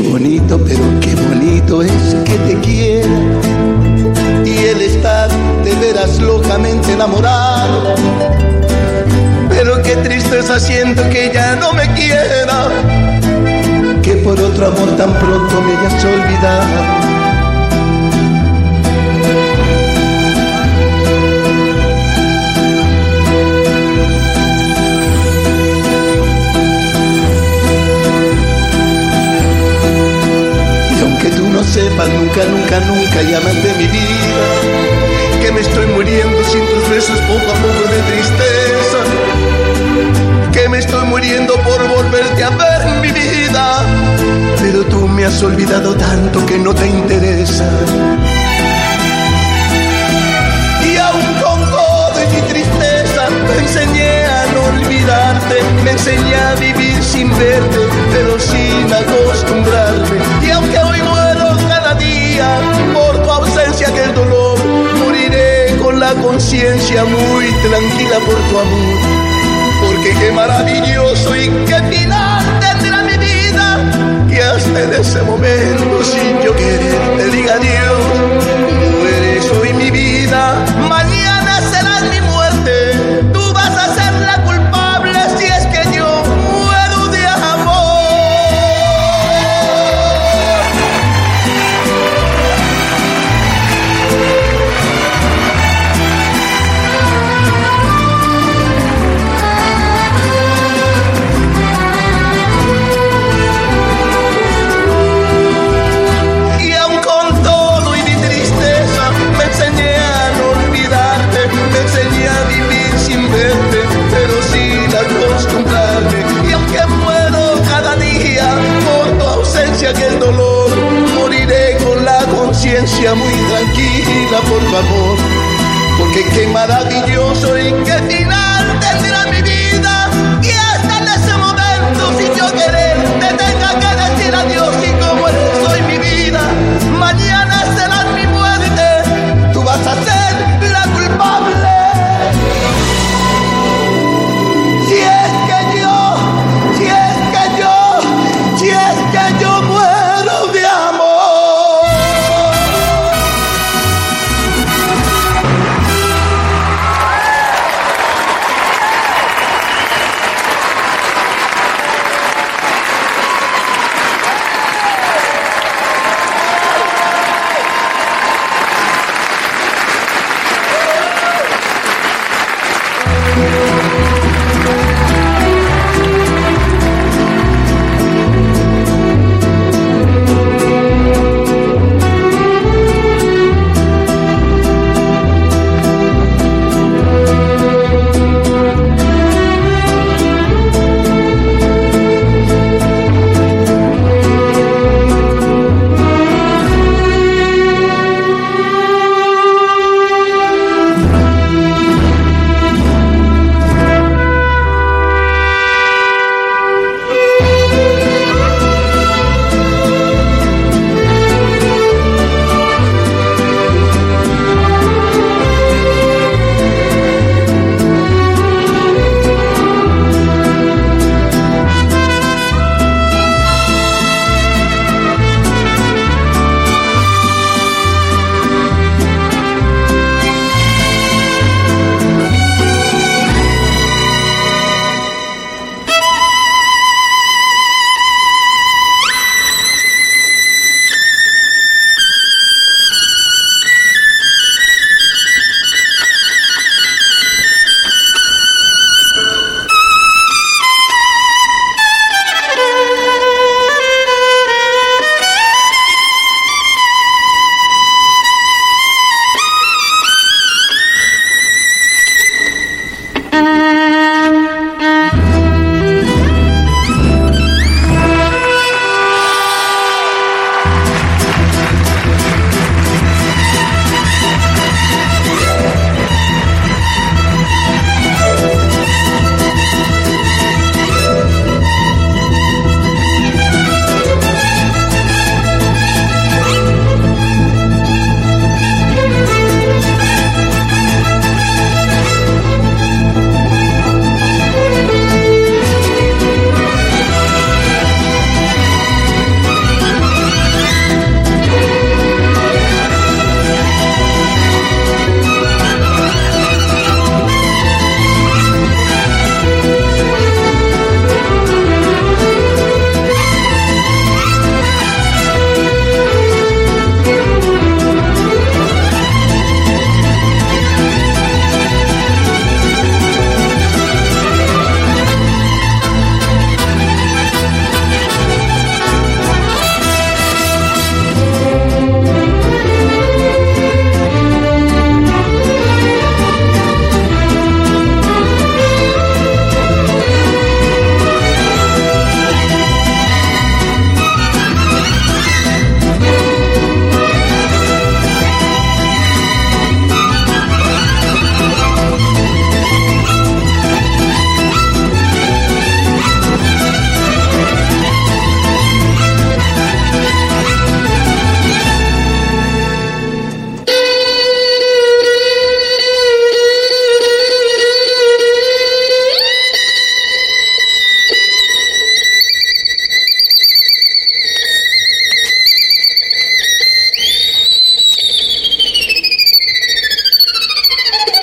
bonito, pero qué bonito es que te quiera y el estar de veras locamente enamorado. Pero qué tristeza siento que ya no me quiera, que por otro amor tan pronto me hayas olvidado. No sepas nunca, nunca, nunca llamas de mi vida, que me estoy muriendo sin tus besos poco a poco de tristeza, que me estoy muriendo por volverte a ver en mi vida, pero tú me has olvidado tanto que no te interesa. Y aún con todo y mi tristeza me enseñé a no olvidarte, me enseñé a vivir sin verte, pero sin acostumbrarme. Y aunque hoy por tu ausencia que el dolor, moriré con la conciencia muy tranquila por tu amor, porque qué maravilloso y qué final tendrá mi vida, que hasta en ese momento sin yo querer te diga adiós. Tú eres hoy mi vida, mañana serás mi muerte, tú vas a ser la culpable si es que yo muero de amor. Que el dolor, moriré con la conciencia muy tranquila por tu amor, porque qué maravilloso y qué final tendrá mi vida, y hasta en ese momento sin yo querer te tenga que decir adiós. Y como eres hoy mi vida, mañana serás mi muerte, tú vas a ser la culpable. Si es que yo, si es que yo, si es que yo muero de amor.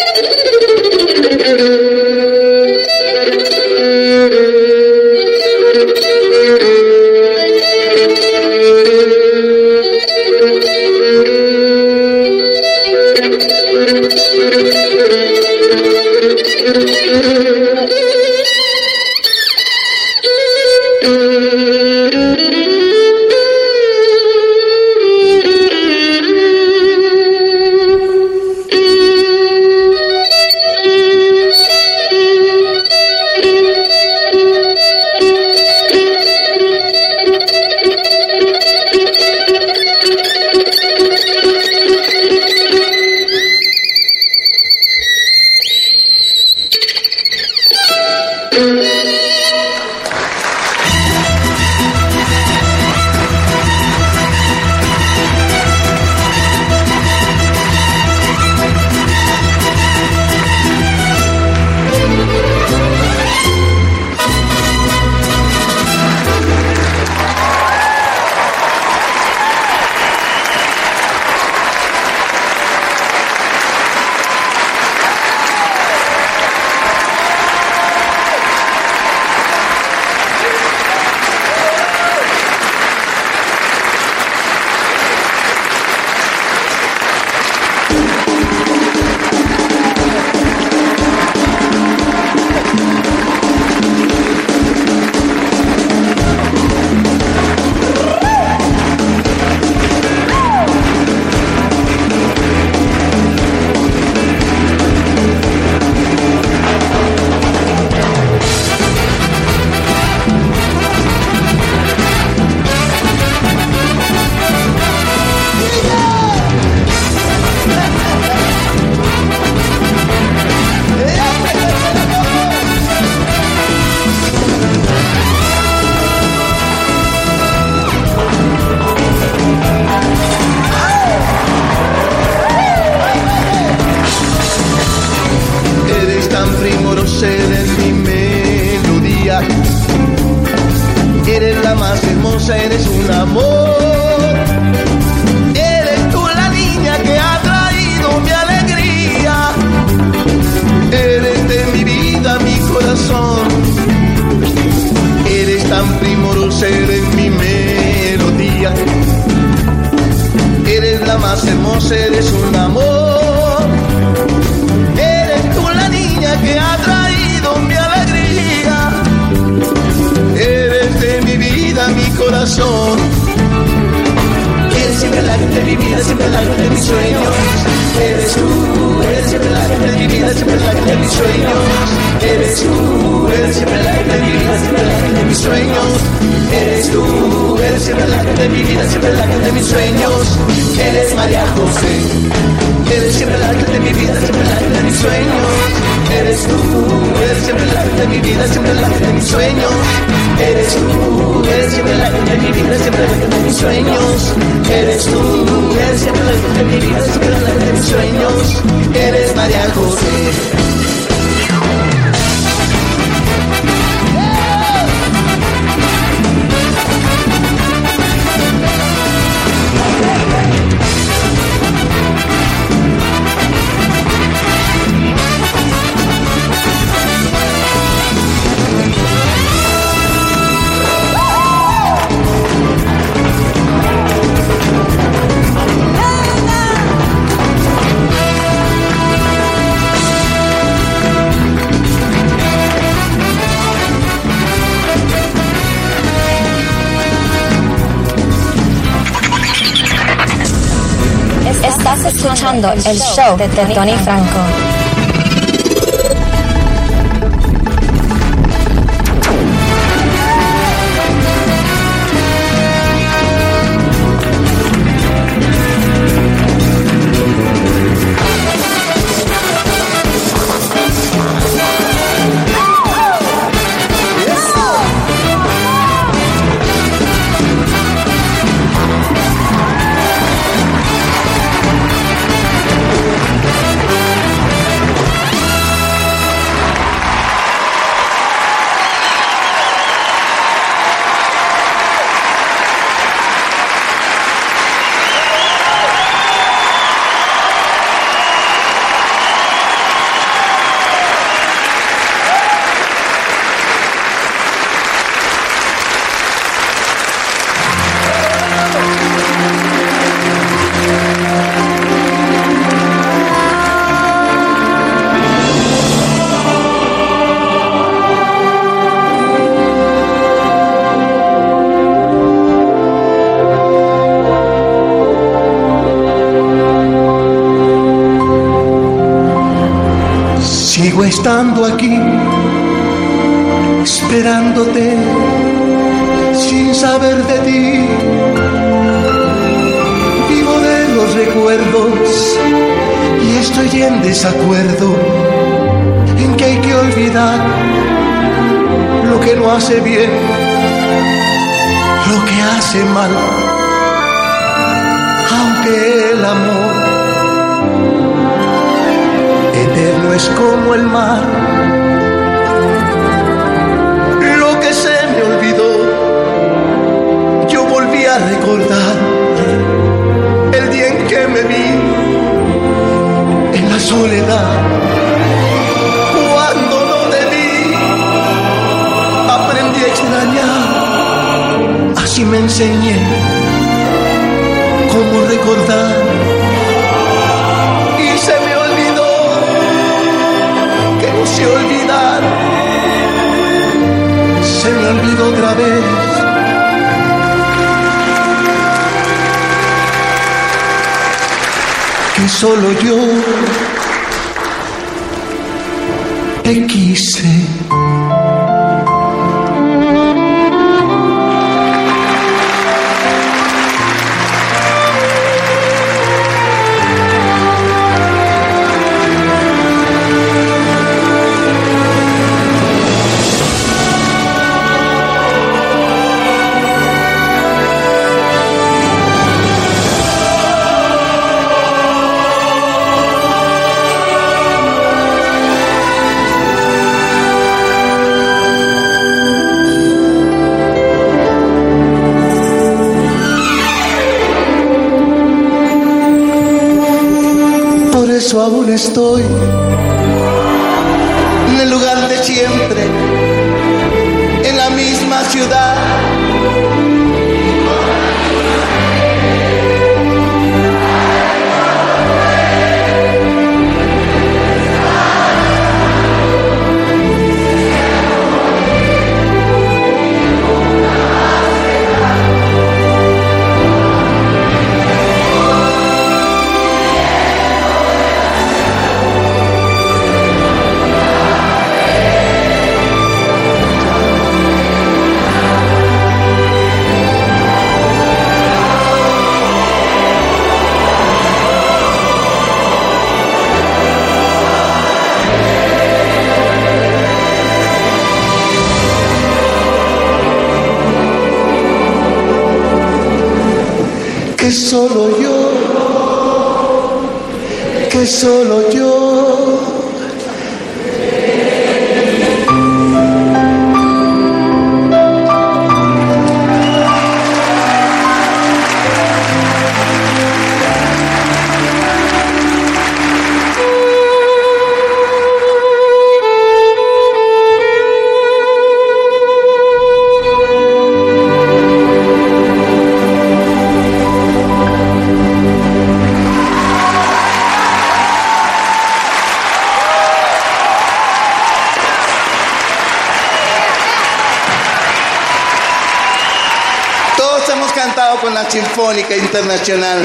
Estás escuchando el show de Tony Franco. Sigo estando aquí, esperándote, sin saber de ti. Vivo de los recuerdos y estoy en desacuerdo en que hay que olvidar lo que no hace bien, lo que hace mal. Aunque el amor eterno es como el mar, lo que se me olvidó, yo volví a recordar el día en que me vi en la soledad, cuando no debí, aprendí a extrañar, así me enseñé cómo recordar. Y se me olvidó que no sé olvidar, se me olvidó otra vez. Que solo yo te quise. Aún estoy en el lugar de siempre, en la misma ciudad. Que solo yo, que solo yo. Con la Sinfónica Internacional.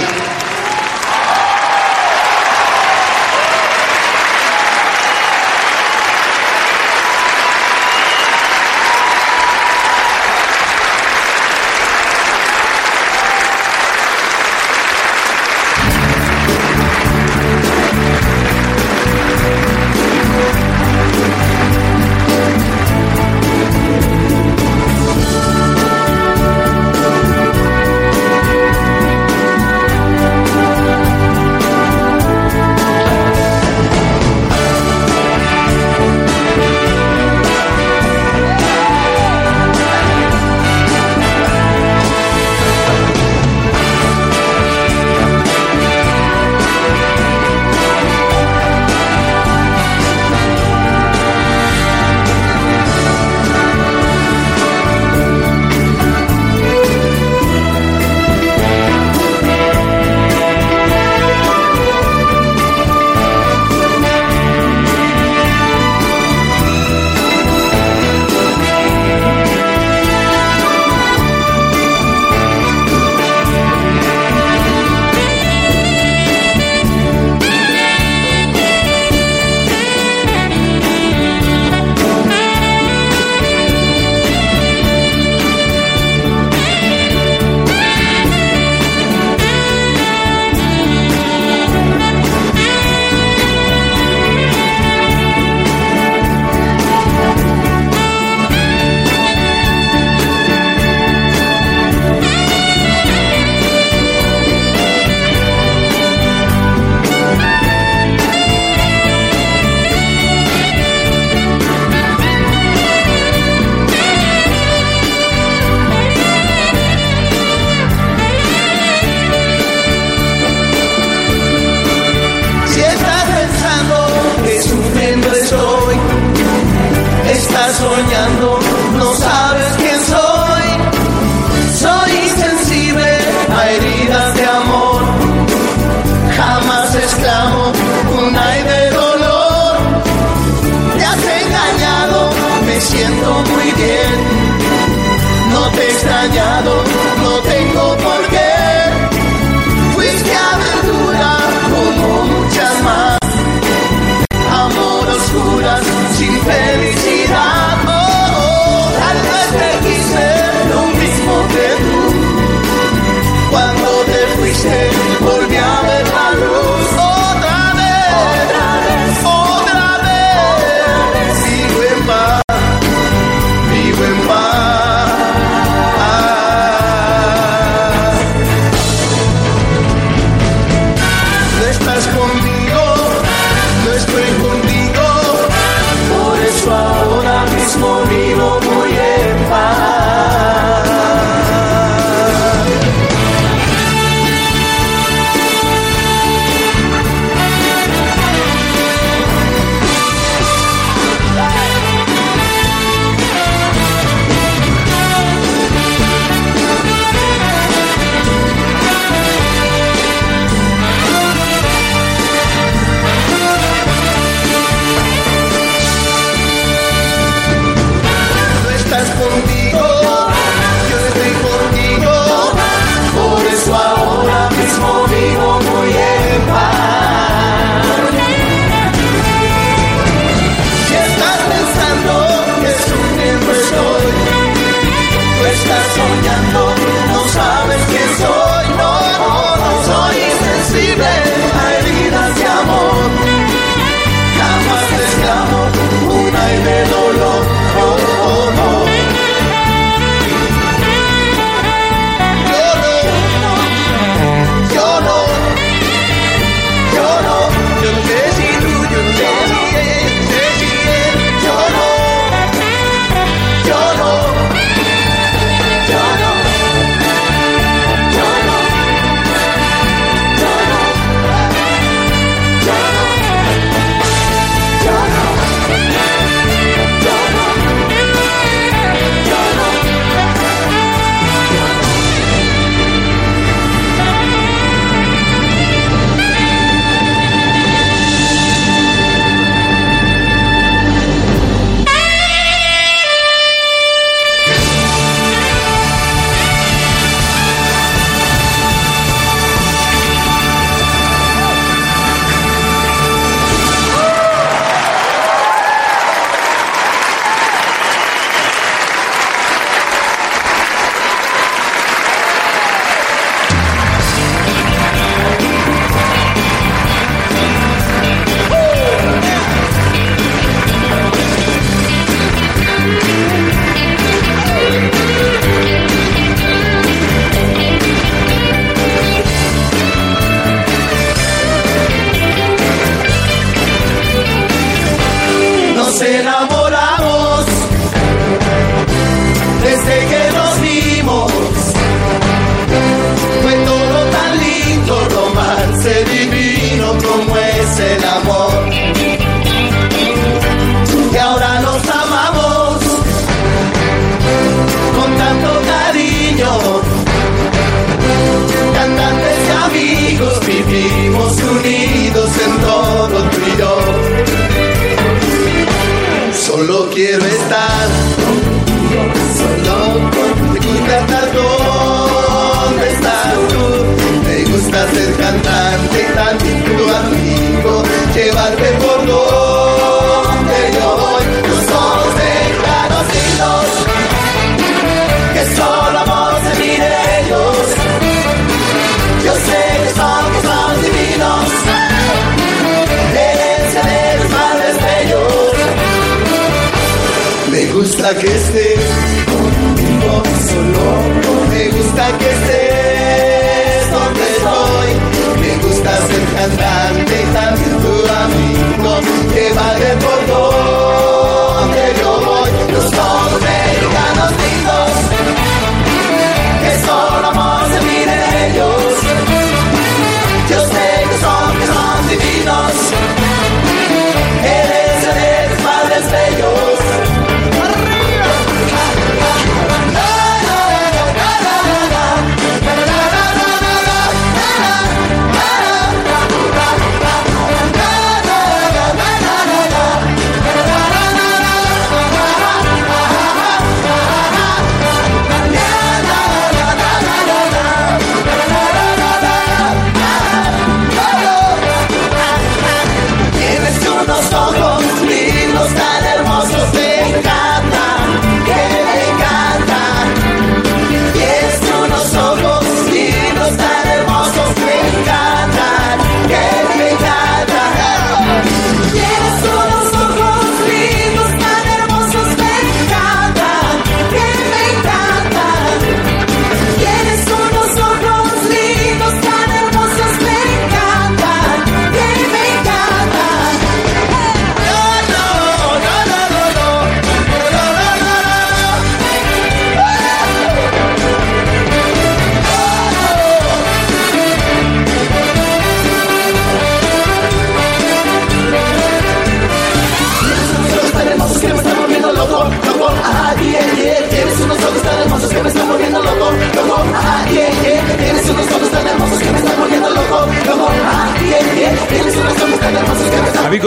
muy bien. No te he extrañado, no tengo por qué. Fuiste aventura como muchas más. Amor oscuras sin felicidad. Oh, oh, tal vez te quise lo mismo que tú. Cuando te fuiste volví a ver la luz. Otra vez, otra vez, otra vez. Vivo en paz, vivo en paz. No estás conmigo, no estoy contigo. Por eso ahora mismo vivo muy en paz. No estás conmigo, yo estoy contigo. Por eso ahora mismo vivo muy en paz. Si estás pensando que sufriendo estoy, tú estás soñando, no sabes quién soy. No, no, no soy insensible a heridas de amor. Jamás te escamo una y de dolor. Oh, oh, no. Yo no, yo no, yo no, yo no sé si tú, yo no sé si él, sé si él, yo no, yo no, yo no, yo no, yo no, yo no, yo no, yo no, yo no. Nos enamoramos desde que nos vimos. Fue todo tan lindo, romance divino como es el amor. Y ahora nos amamos con tanto cariño. Cantantes y amigos vivimos unidos en todo tú y yo. Solo quiero estar contigo, solo contigo. Y cantar dónde estás tú. Me gusta ser cantante y también tu amigo. Llevarte por donde yo voy. Los ojos mexicanos lindos, que solo amor se mire ellos. Yo sé que son, que son divinos. Herencia de los padres bellos. Me gusta que estés conmigo solo. Me gusta que estés donde estoy. Me gusta ser cantante y también tu amigo. Que vaya por donde yo voy. Los ojos mexicanos lindos, que solo amor se mire ellos. Yo sé que son, que son divinos. Herencia de los padres bellos.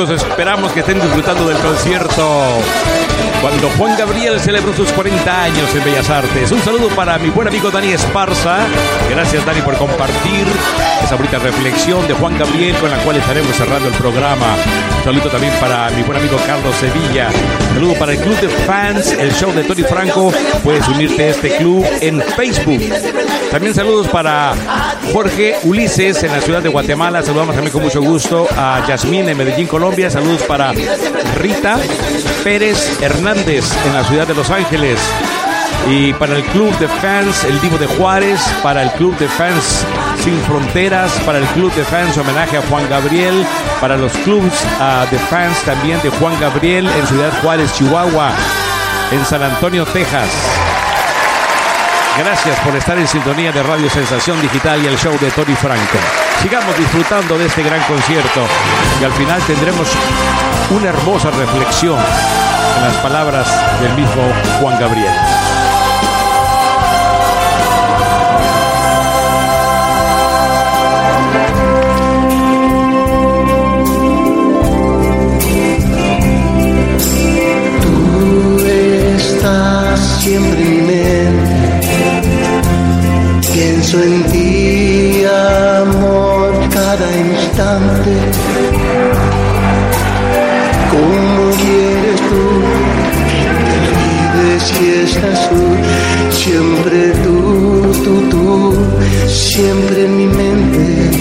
chicos, esperamos que estén disfrutando del concierto cuando Juan Gabriel celebró sus cuarenta años en Bellas Artes. Un saludo para mi buen amigo Dani Esparza. Gracias, Dani, por compartir esa bonita reflexión de Juan Gabriel con la cual estaremos cerrando el programa. Un saludo también para mi buen amigo Carlos Sevilla. Un saludo para el Club de Fans, el show de Tony Franco. Puedes unirte a este club en Facebook. También saludos para Jorge Ulises en la ciudad de Guatemala. Saludamos también con mucho gusto a Yasmín en Medellín, Colombia. Saludos para Rita Pérez Hernández en la ciudad de Los Ángeles. Y para el Club de Fans, el Divo de Juárez. Para el Club de Fans Sin Fronteras. Para el Club de Fans Homenaje a Juan Gabriel. Para los clubs uh, de fans también de Juan Gabriel en Ciudad Juárez, Chihuahua. En San Antonio, Texas. Gracias por estar en sintonía de Radio Sensación Digital y el show de Tony Franco. Sigamos disfrutando de este gran concierto y al final tendremos una hermosa reflexión en las palabras del mismo Juan Gabriel. Tú estás siempre en mi mente. Pienso en ti, amor, cada instante. ¿Cómo quieres tú que te olvides si estás tú? Siempre tú, tú, tú, siempre en mi mente.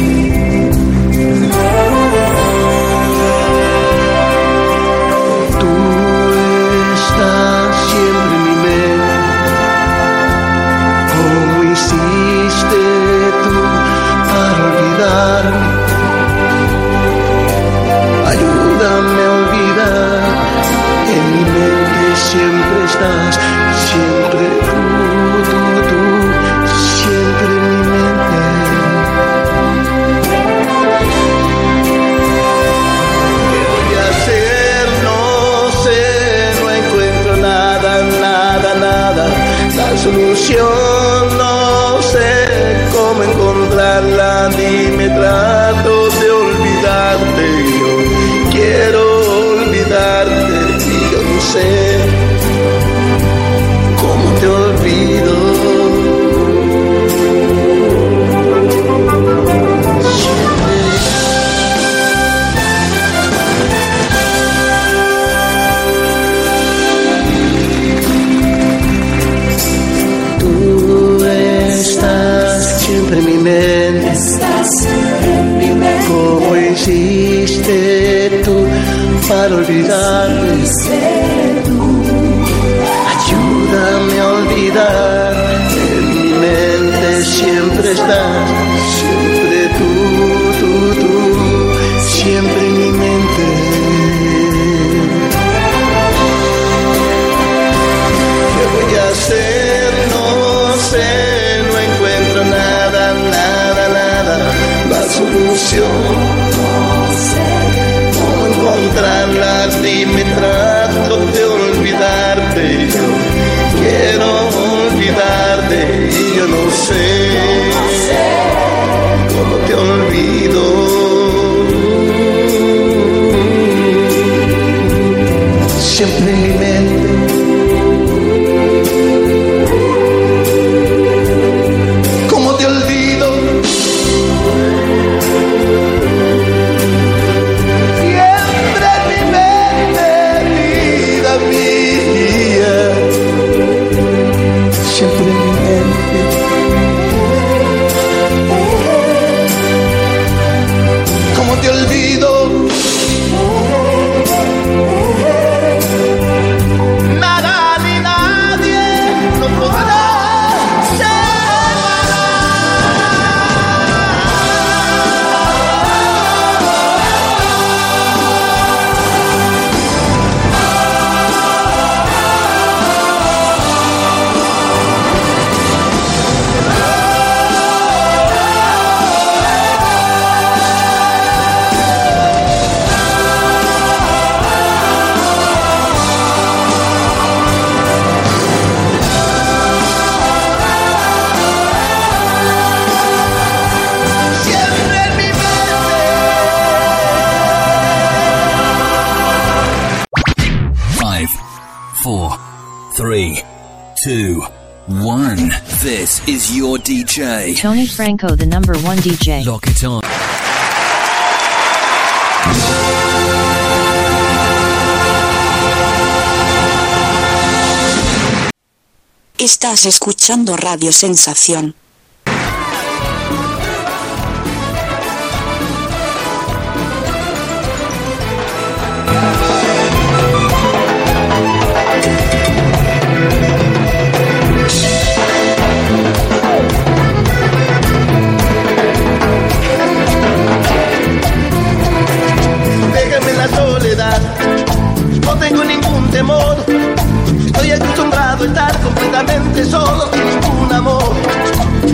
Tú estás siempre en mi mente. ¿Cómo hiciste tú para olvidarme? Ayúdame a olvidar, en mi mente siempre estás, siempre tú, tú, tú, siempre en mi mente. ¿Qué voy a hacer? No sé, no encuentro nada, nada, nada. La solución no sé cómo encontrarla, ni me trato de olvidarte. Yo quiero olvidarte y yo no sé cómo te olvido. Tú estás siempre en mi mente. ¿Cómo hiciste tú para olvidarme? Ayúdame a olvidar, en mi mente siempre estás, siempre tú, tú, tú, siempre en mi mente. ¿Qué voy a hacer? No sé, no encuentro nada, nada, nada. La solución no sé cómo encontrarla, ni me trato de olvidarte. Yo quiero olvidarte y yo no sé cómo te olvido. Siempre en mi mente. ¿Cómo te olvido? Siempre en mi mente, vida mía. Siempre en mi mente. ¿Cómo te olvido? four, three, two, one. This is your D J. Tony Franco, the number one D J. Lock it on. Estás escuchando Radio Sensación. Déjame la soledad, no tengo ningún temor. Estoy acostumbrado a estar completamente solo, sin ningún amor.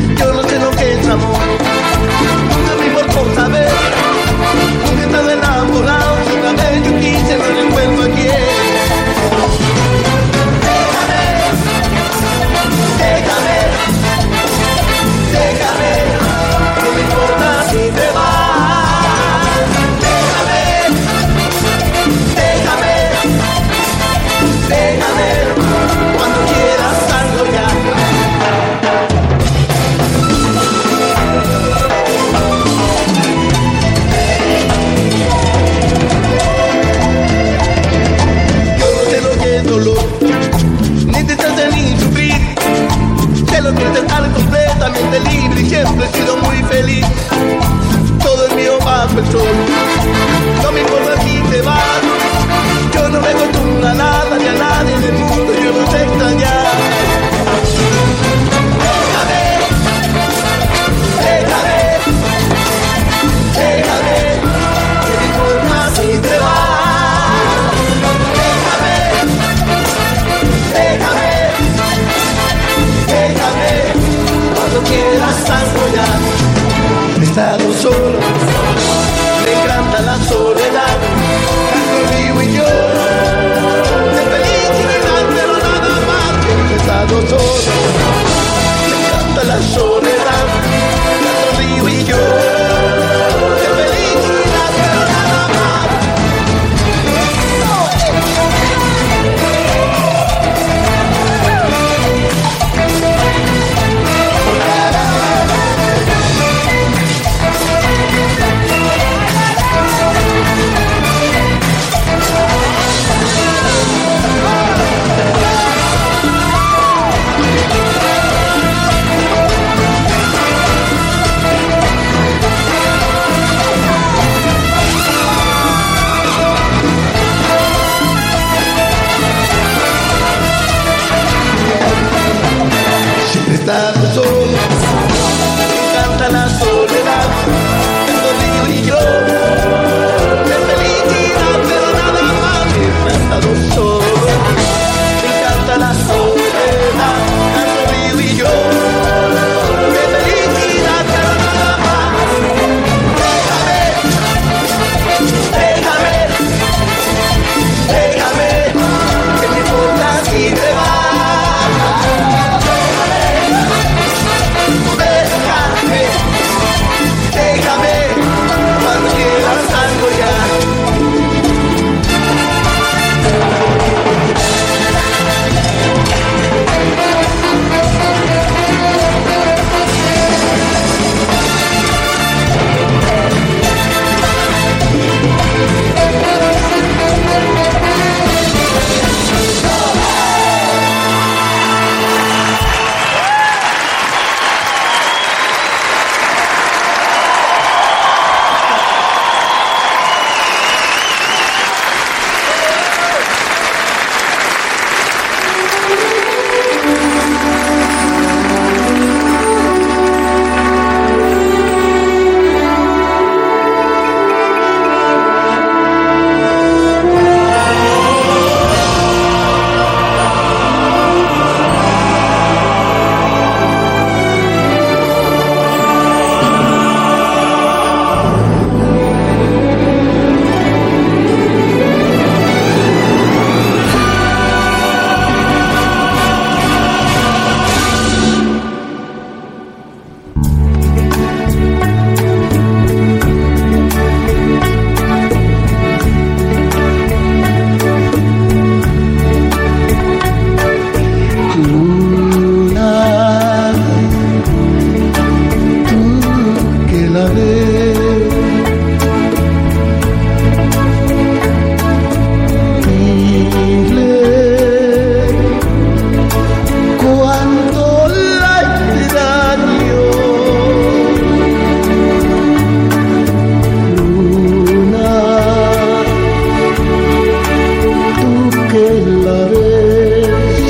que la ves.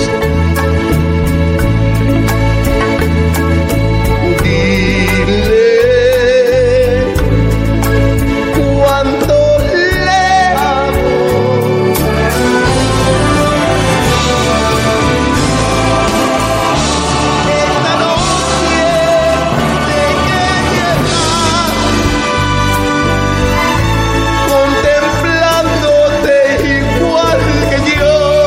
Dile cuánto le amo. Esta noche de que llegas, contemplándote igual que yo.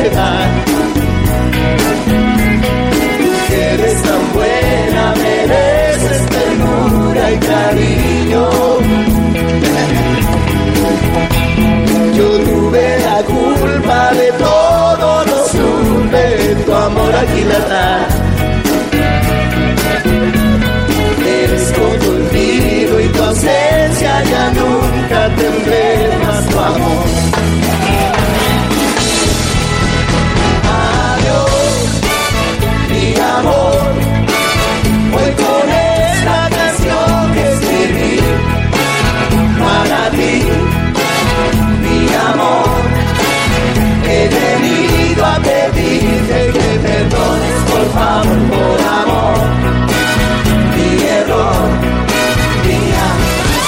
soledad. Tú que eres tan buena, mereces ternura y cariño. Yo tuve la culpa de todo, no supe tu amor aquilatar. Eres todo olvido y tu ausencia, ya nunca tendré más tu amor. Adiós, mi amor, hoy con esta canción que escribí para ti. Mi amor, he venido a pedirte que perdones, por favor, por amor, mi error, mi amor.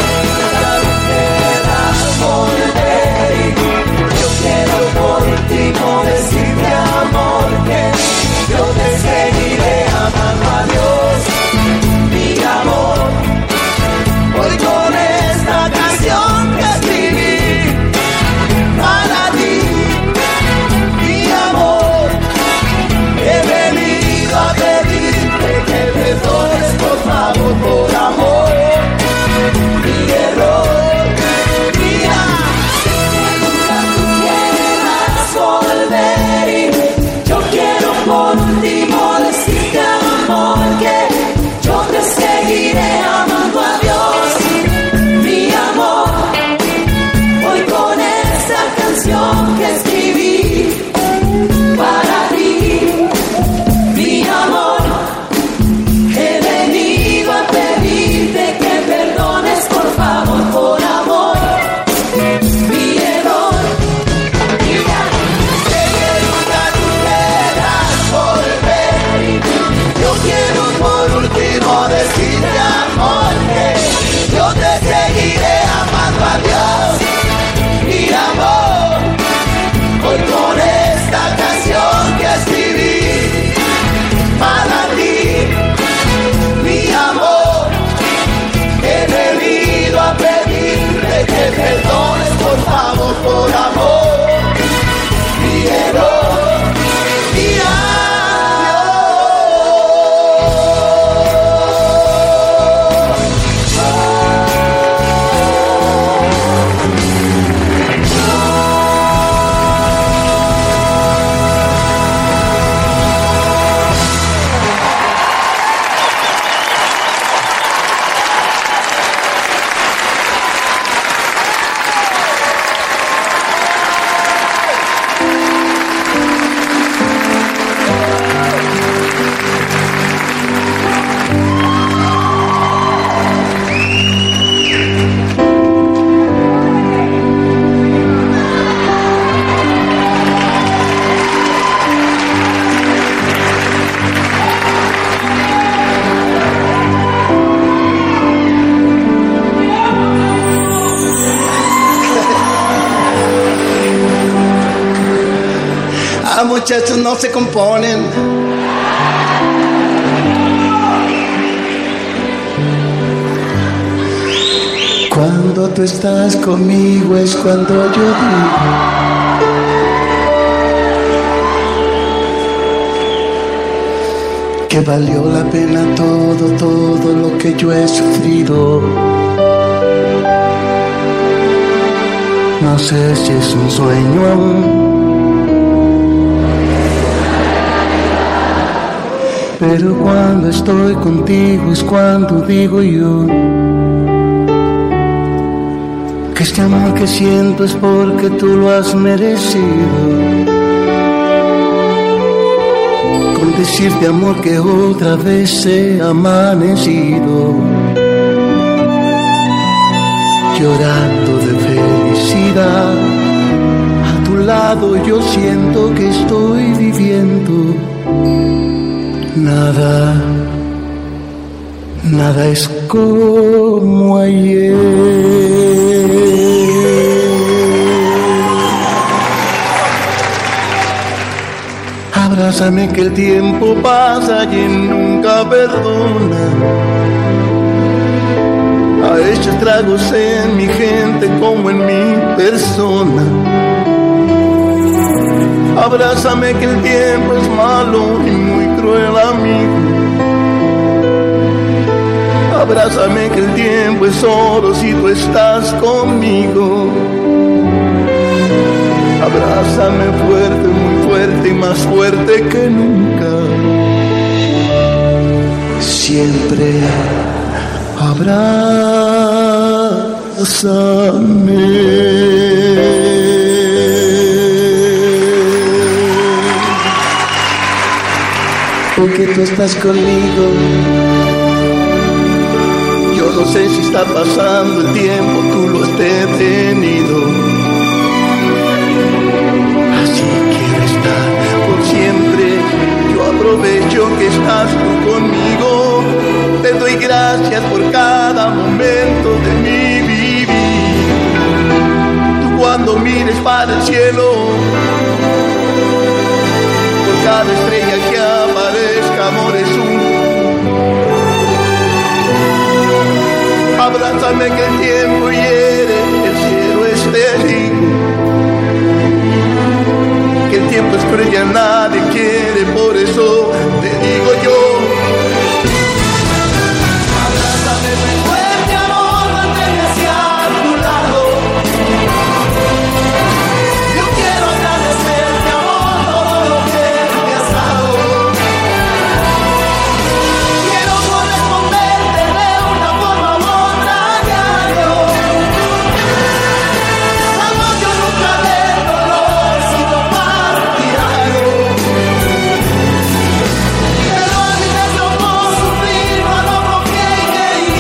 Volver y yo quiero por último decirte, amor, que yo te seguiré amando a Dios, mi amor. Hoy con esta canción que escribí para ti, mi amor, he venido a pedirte que perdones, por favor, por amor, mi error, mi amor. Nunca tú quieras volver y yo quiero por último decirte, amor, que yo te seguiré amando a Dios, mi amor. Hoy con esta canción que escribí para ti, mi amor, he venido a pedirte que perdones, por favor, por amor, mi error, mi amor. Sé que nunca tú quieras volver y yo quiero por último decirte, amor, que yo te seguiré amando a Dios, mi amor. Hoy con esta canción que escribí para ti, mi amor, he venido a pedirte que perdones, por favor, por amor, mi error, mi Ah, muchachos, no se componen. Cuando tú estás conmigo es cuando yo digo que valió la pena todo, todo lo que yo he sufrido. No sé si es un sueño aún, pero cuando estoy contigo es cuando digo yo que este amor que siento es porque tú lo has merecido. Con decirte, amor, que otra vez he amanecido llorando de felicidad. A tu lado yo siento que estoy viviendo. Nada, nada es como ayer. Abrázame que el tiempo pasa y nunca perdona. Ha hecho estragos en mi gente como en mi persona. Abrázame que el tiempo es malo y muy cruel amigo. Abrázame que el tiempo es oro si tú estás conmigo. Abrázame fuerte, muy fuerte y más fuerte que nunca. Siempre abrázame. Porque tú estás conmigo. Yo no sé si está pasando el tiempo, tú lo has detenido. Así quiero estar por siempre. Yo aprovecho que estás tú conmigo. Te doy gracias por cada momento de mi vivir. Tú cuando mires para el cielo, por cada estrella que aparezca, amor es un. Abrázame que el tiempo hiere, el cielo es testigo. Que el tiempo es cruel y a nadie quiere, por eso te digo yo. Abrázame muy fuerte, amor, manténme hacia tu lado. Yo quiero agradecerte, amor, todo lo que me has dado. Quiero corresponderte de una forma u otra diario. Amor, yo nunca de dolor, sino partidario. Pero a mí me tocó sufrir cuando confié y creí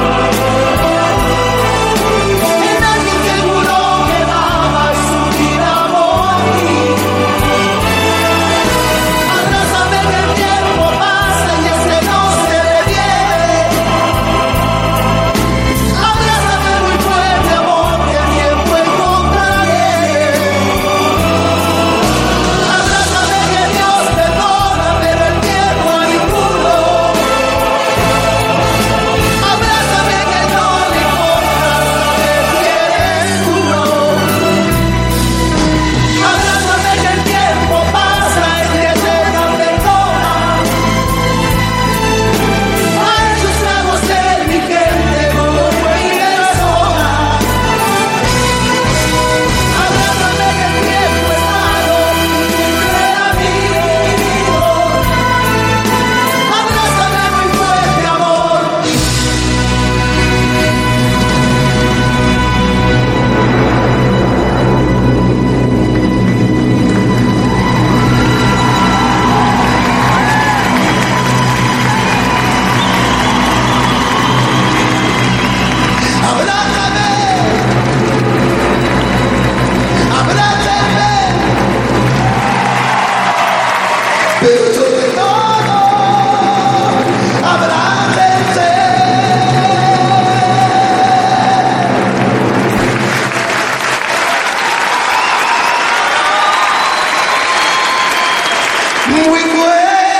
en alguien que juró que daba su vida por mí. Abrázame que el tiempo pasa y ese no se detiene. Abrázame muy fuerte, amor, que el tiempo encontraré. Abrázame que Dios perdona, pero el tiempo a ninguno. Abrázame que no le importa saber quién eres uno. Abrázame que el tiempo pasa y que llega perdona. A esos tragos de mi gente como fue mi persona. Abrázame que el tiempo es malo y cruel amigo. Abrázame muy fuerte, amor. Abrázame, abrázame, pero sobre todo, abrácense. Muy fuerte.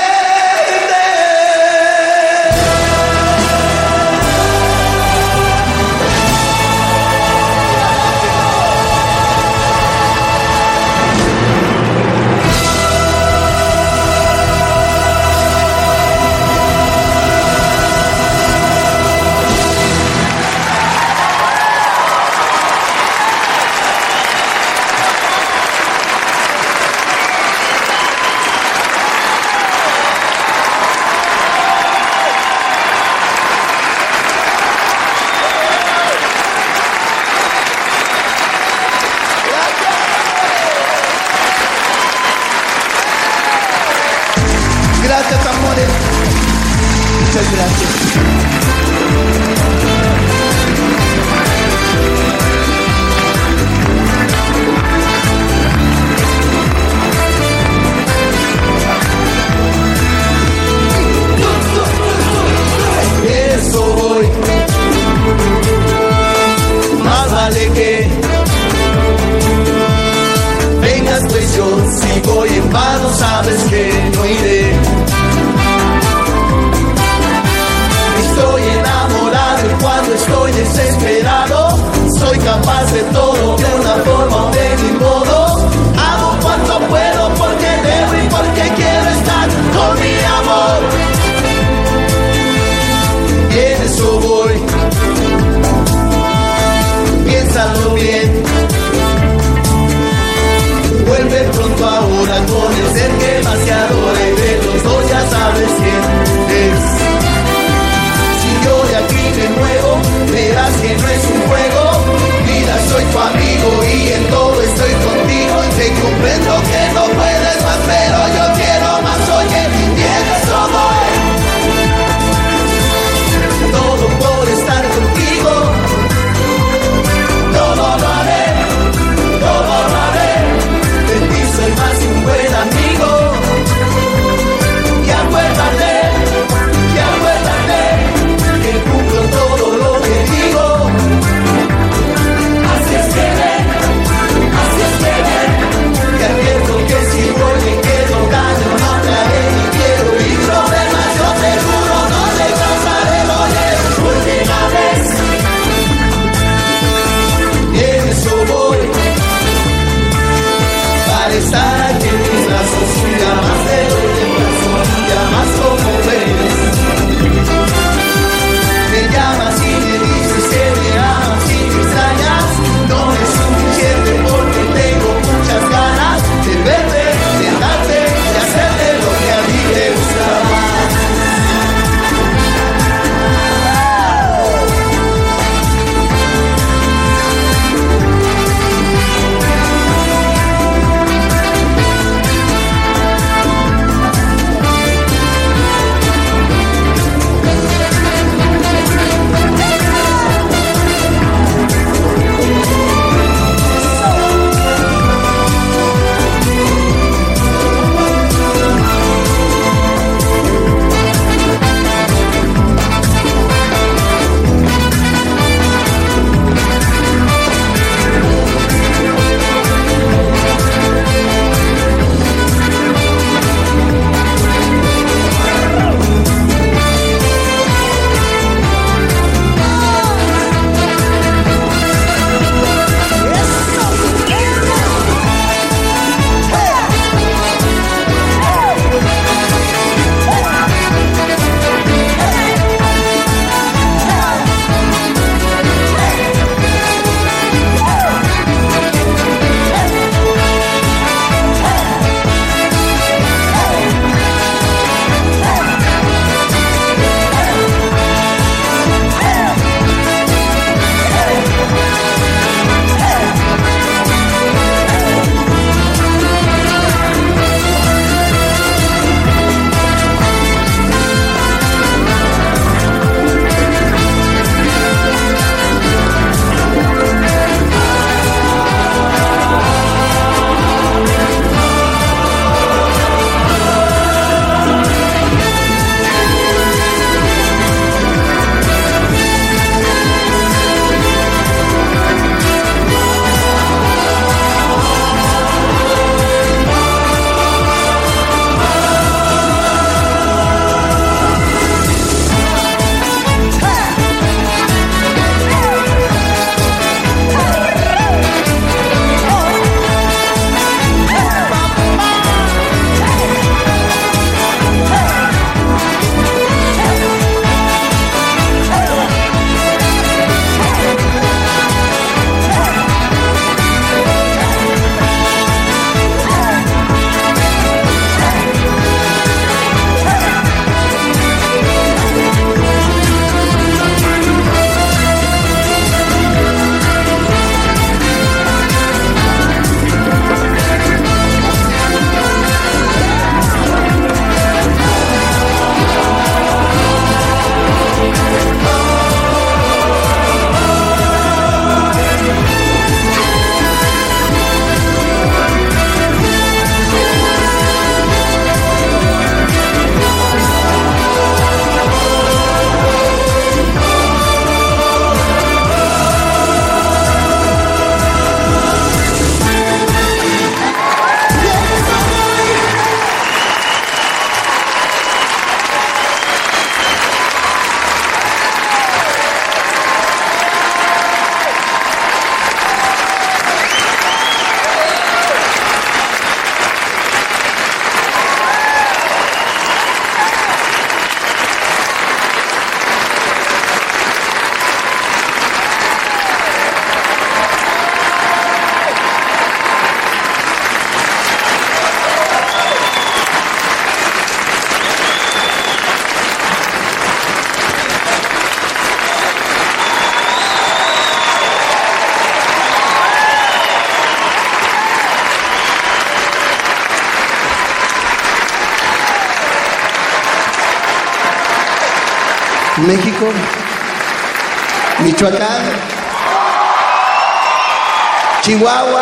Gracias, amores. Muchas gracias. Eso voy. Más vale que vengas pues yo. Si voy en vano sabes que no iré. Estoy enamorado y cuando estoy desesperado soy capaz de todo de una forma o de mi modo. Hago cuanto puedo por México, Michoacán, Chihuahua,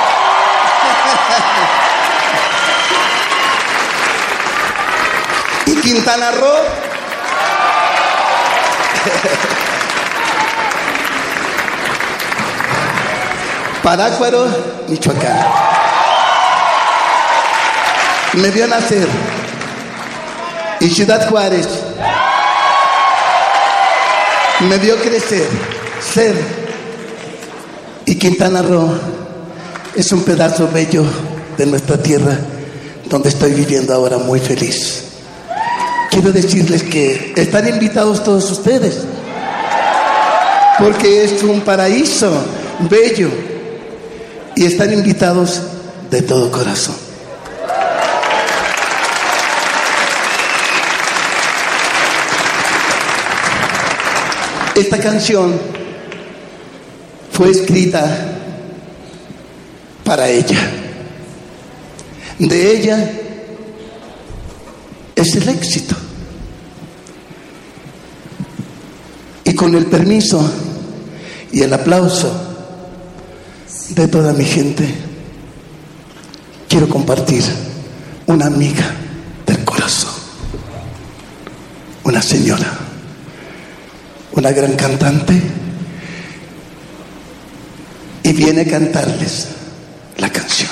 y Quintana Roo. Parácuaro, Michoacán. Me vio nacer. Y Ciudad Juárez me vio crecer, ser. Y Quintana Roo es un pedazo bello de nuestra tierra donde estoy viviendo ahora muy feliz. Quiero decirles que están invitados todos ustedes, porque es un paraíso bello y están invitados de todo corazón. Esta canción fue escrita para ella. De ella es el éxito. Y con el permiso y el aplauso de toda mi gente, quiero compartir una amiga del corazón, una señora, una gran cantante, y viene a cantarles la canción.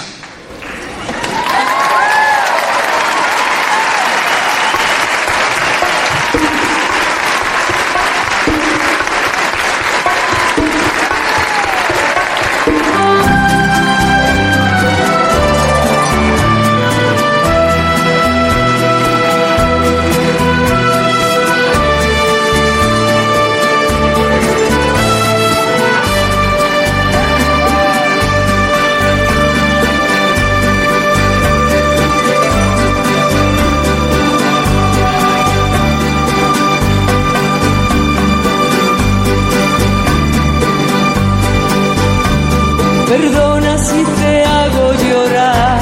Perdona si te hago llorar,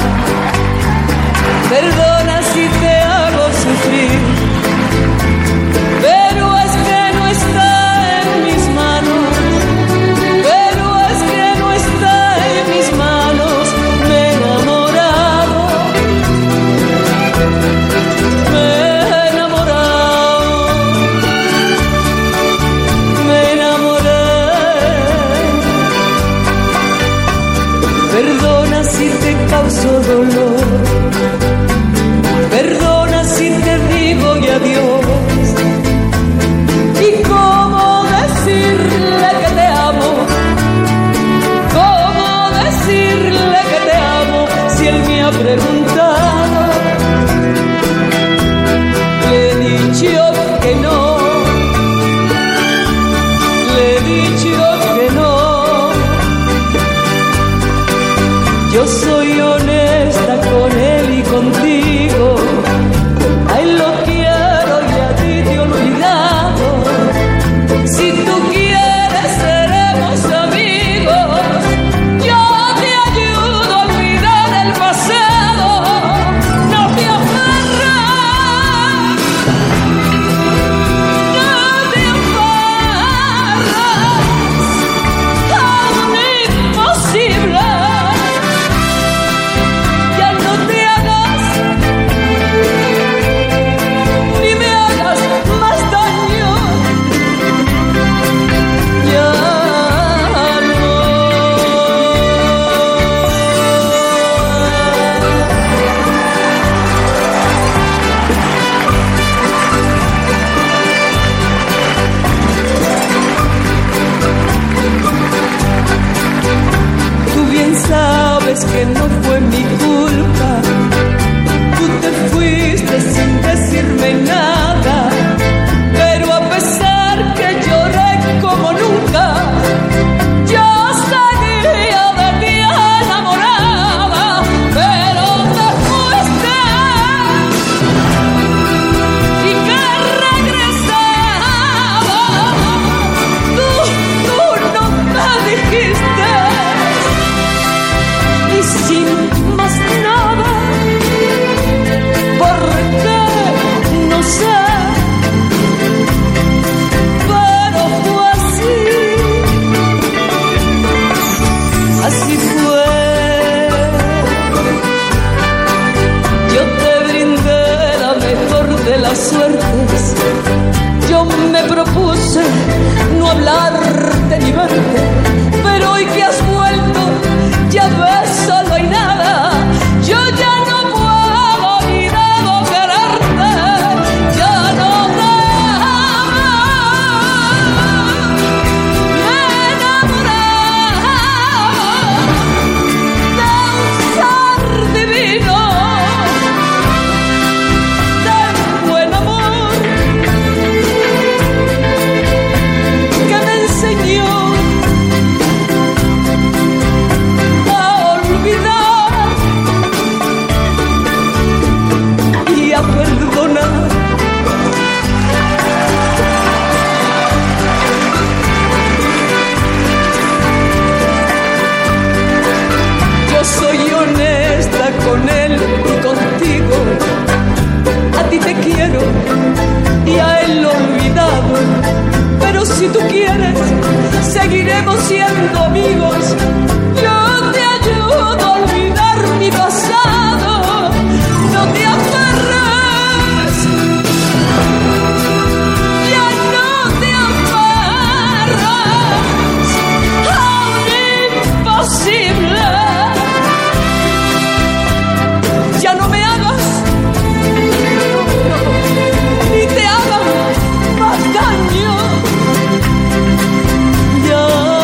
perdona si te hago sufrir, pero es que no está en mis manos, pero es que no está en mis manos. Me he enamorado, me he enamorado, me enamoré. Perdona si te causo dolor, perdona si te digo y adiós. ¿Y cómo decirle que te amo? ¿Cómo decirle que te amo si él me ha preguntado? Le he dicho que no, le he dicho que no. Yo soy honesta con él y contigo. A él lo quiero y a ti te he olvidado. Si tú quieres seremos amigos. Yo te ayudo a olvidar el pasado. suertes. Yo me propuse no hablarte ni verte, pero hoy que has vuelto, ya ves, solo hay nada. Yo ya no puedo ni debo quererte, ya no te amo. Me enamoré de un ser divino, del buen amor que me enseñó a olvidar y a perdonar. Yo soy honesta con él y contigo. A ti te quiero y a él lo olvidado. Pero si tú quieres, seguiremos siendo amigos. Yo te ayudo a olvidar mi pasado. No te aferres, ya no te aferres a un imposible. Ya no me hagas ni te hagan más daño. Ya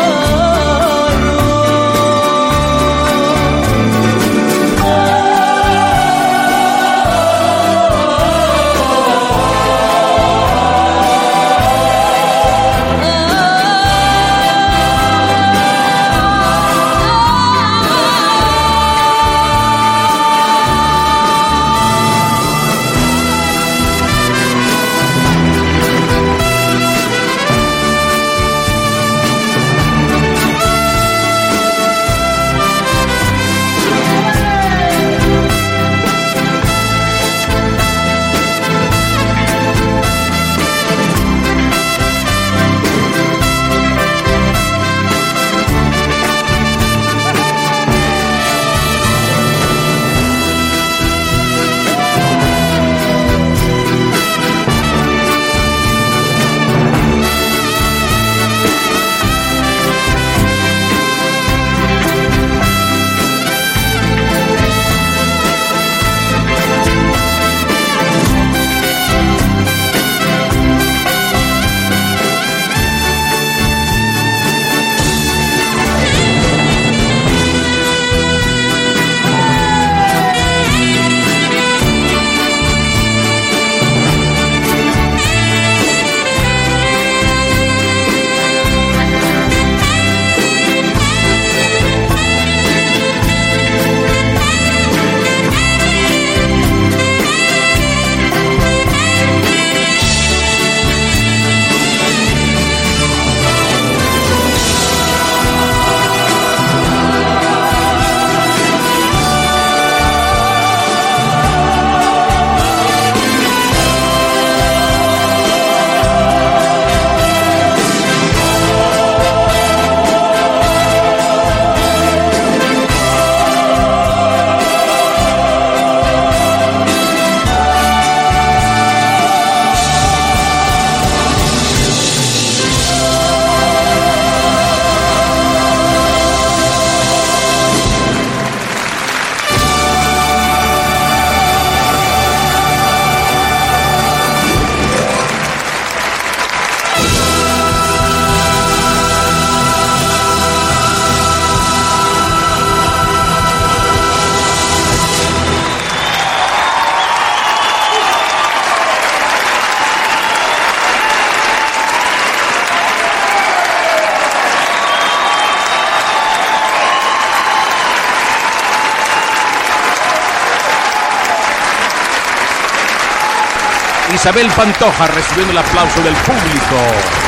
Isabel Pantoja recibiendo el aplauso del público.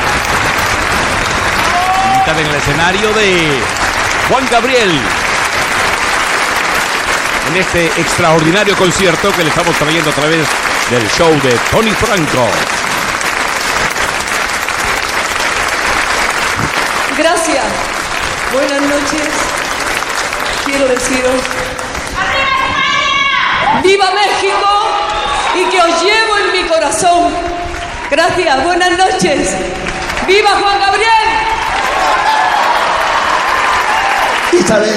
Invitada en el escenario de Juan Gabriel en este extraordinario concierto que le estamos trayendo a través del show de Tony Franco. Gracias. Buenas noches. Quiero deciros ¡Viva México! Y que os llevo en mi corazón. corazón. Gracias, buenas noches. ¡Viva Juan Gabriel! Isabel,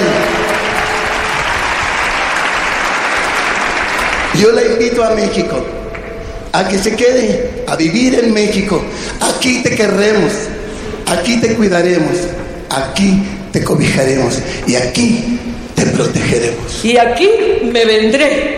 yo la invito a México, a que se quede a vivir en México. Aquí te querremos, aquí te cuidaremos, aquí te cobijaremos y aquí te protegeremos. Y aquí me vendré.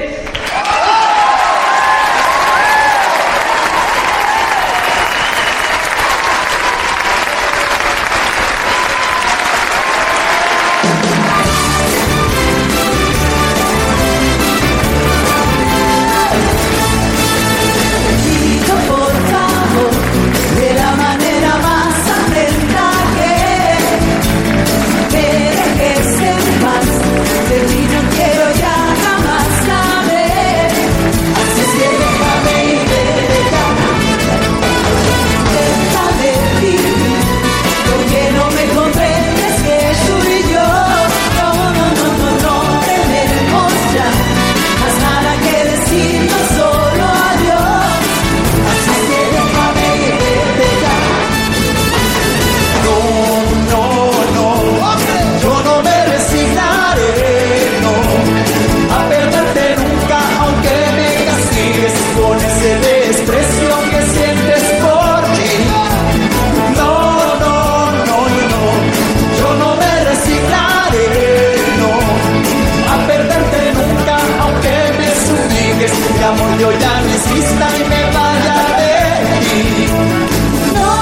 Yo ya no exista y me vaya de aquí. No,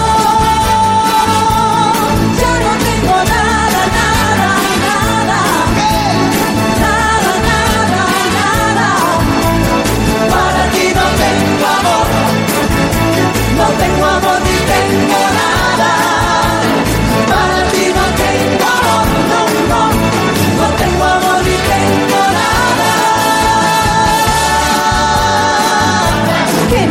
ya no tengo nada, nada, nada, nada, nada, nada. Para ti no tengo amor, no tengo amor ni tengo nada. Para ti no tengo amor, no, no, no tengo amor ni tengo nada. Que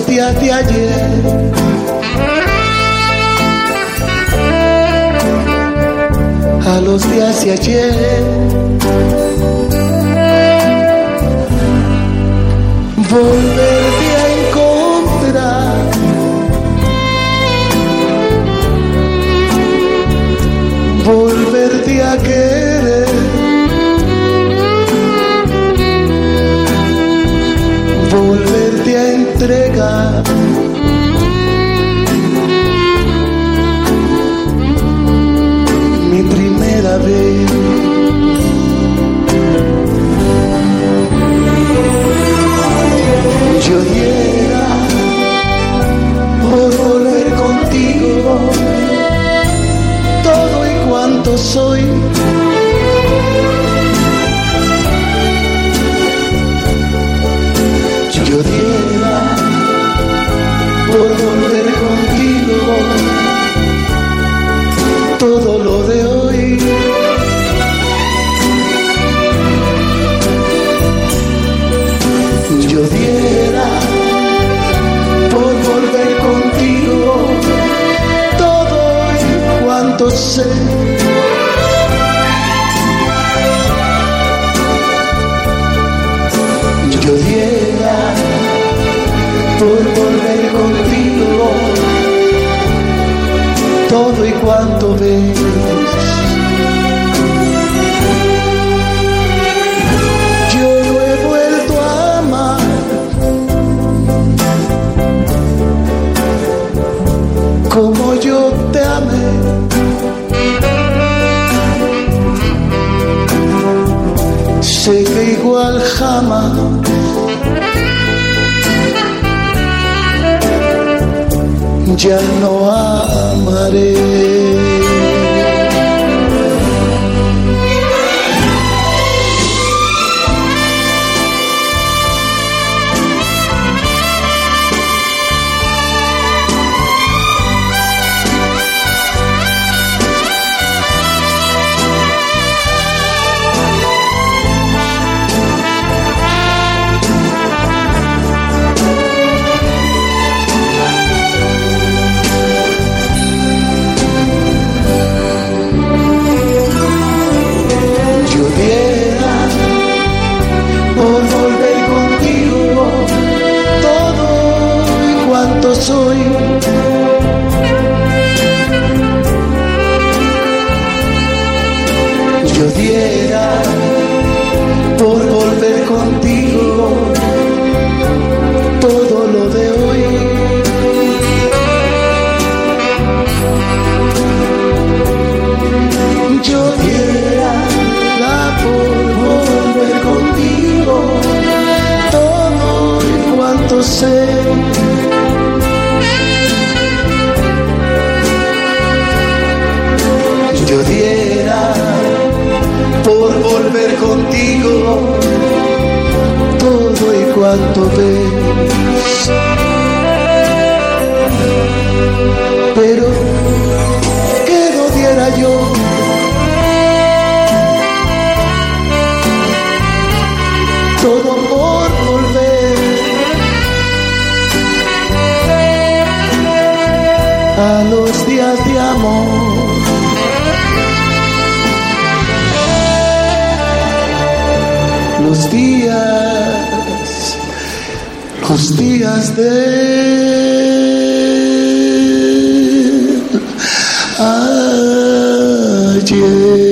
días de ayer. A los días de ayer. Volverte a encontrar. Volverte a querer. Volverte a entregar. Mi primera vez. Yo diera por volver contigo todo y cuanto soy. Yo diera por volver contigo todo lo de hoy. Yo diera por volver contigo todo y cuanto sé. Yo diera por volver contigo todo y cuanto ves. Yo no he vuelto a amar como yo te amé. Sé que igual jamás ya no amaré. Soy. Yo diera por volver contigo todo lo de hoy. Yo diera por volver contigo todo y cuanto sé. Yo diera por volver contigo todo y cuanto ves. Pero ¿qué no diera yo todo por volver a los días de amor? Los días, los días de ayer.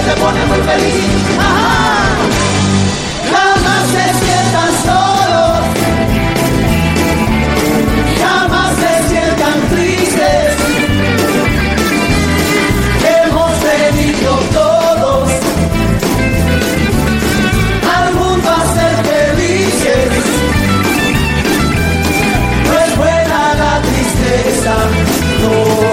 se pone muy feliz. Ajá. Jamás se sientan solos, jamás se sientan tristes. Hemos venido todos al mundo a ser felices. No es buena la tristeza, no,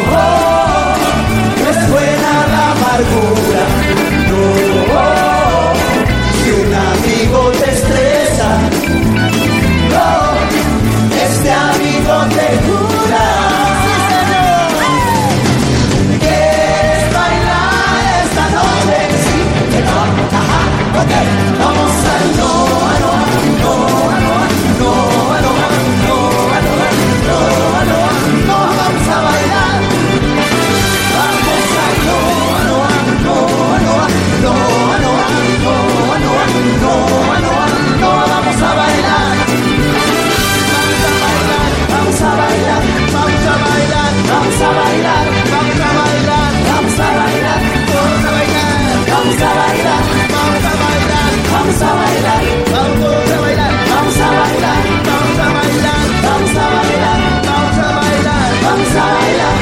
no es buena la amargura, no. Si un amigo te estresa, no, este amigo te cura. ¿Quieres bailar esta noche? Sí, que no, ajá, ok. Vamos al Noa, Noa, Noa, Noa, Noa, Noa, Noa, Noa, Noa, Noa, vamos a bailar. Vamos al Noa, Noa, Noa, Noa, Noa, Noa, Noa, Noa, Noa, Noa, Noa, vamos a bailar. Vamos a bailar, vamos a bailar, vamos a bailar, vamos a bailar, vamos a bailar, vamos a bailar, vamos a bailar, vamos a bailar, vamos a bailar, vamos a bailar, vamos a bailar, vamos a bailar, vamos a bailar, vamos a bailar, vamos a bailar.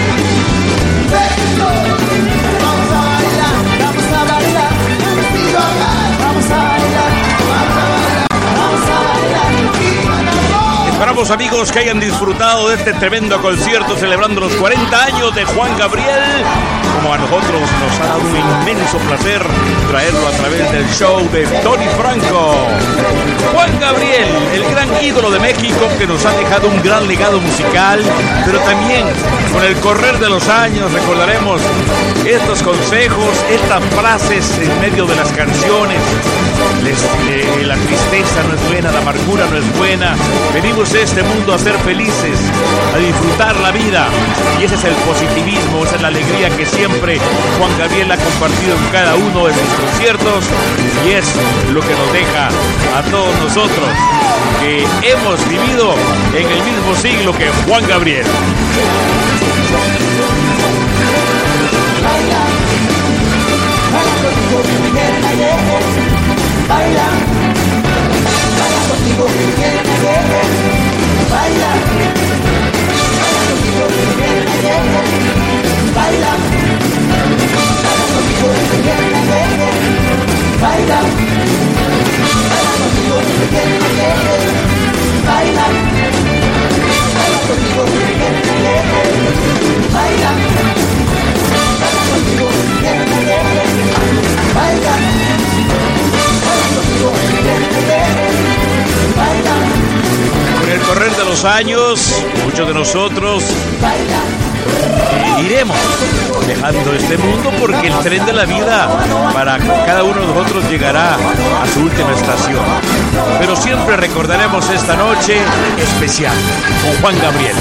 Vamos a bailar, vamos a bailar, vamos a bailar, vamos a bailar, vamos a bailar. Esperamos, amigos, que hayan disfrutado de este tremendo concierto celebrando los cuarenta años de Juan Gabriel. Como a nosotros nos ha dado un inmenso placer traerlo a través del show de Tony Franco. Juan Gabriel, el gran ídolo de México que nos ha dejado un gran legado musical, pero también con el correr de los años recordaremos estos consejos, estas frases en medio de las canciones. Les, eh, la tristeza no es buena, la amargura no es buena. Venimos a este mundo a ser felices, a disfrutar la vida, y ese es el positivismo, esa es la alegría que siempre Juan Gabriel ha compartido en cada uno de sus conciertos, y es lo que nos deja a todos nosotros que hemos vivido en el mismo siglo que Juan Gabriel. Baila, baila contigo, Miguel Gallego. Baila, baila contigo, Miguel Gallego. Baila, baila contigo, Miguel Gallego. Baila, baila contigo, Miguel Gallego. Baila, baila contigo, Miguel Gallego. Baila, baila contigo, Miguel Gallego. Baila. Con el correr de los años, muchos de nosotros eh, iremos dejando este mundo, porque el tren de la vida para cada uno de nosotros llegará a su última estación. Pero siempre recordaremos esta noche especial con Juan Gabriel.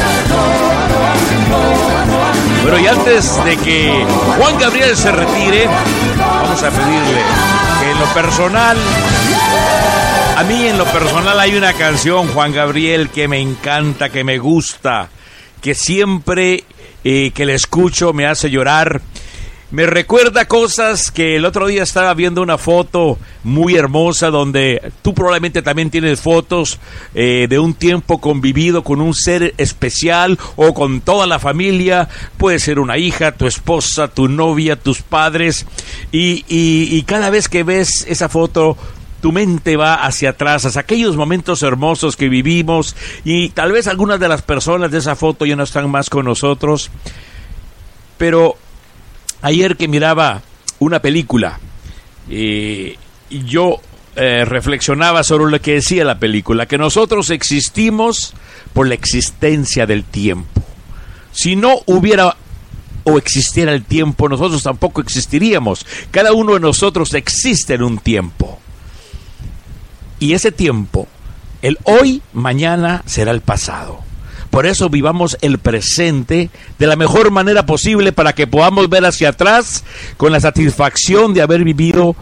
Bueno, y antes de que Juan Gabriel se retire, vamos a pedirle que en lo personal, a mí en lo personal hay una canción, Juan Gabriel, que me encanta, que me gusta, que siempre eh, que la escucho me hace llorar. Me recuerda cosas que el otro día estaba viendo una foto muy hermosa donde tú probablemente también tienes fotos eh, de un tiempo convivido con un ser especial o con toda la familia. Puede ser una hija, tu esposa, tu novia, tus padres. Y, y, y cada vez que ves esa foto, tu mente va hacia atrás, hacia aquellos momentos hermosos que vivimos. Y tal vez algunas de las personas de esa foto ya no están más con nosotros. Pero ayer que miraba una película, eh, yo eh, reflexionaba sobre lo que decía la película, que nosotros existimos por la existencia del tiempo. Si no hubiera o existiera el tiempo, nosotros tampoco existiríamos. Cada uno de nosotros existe en un tiempo. Y ese tiempo, el hoy, mañana, será el pasado. Por eso vivamos el presente de la mejor manera posible para que podamos ver hacia atrás con la satisfacción de haber vivido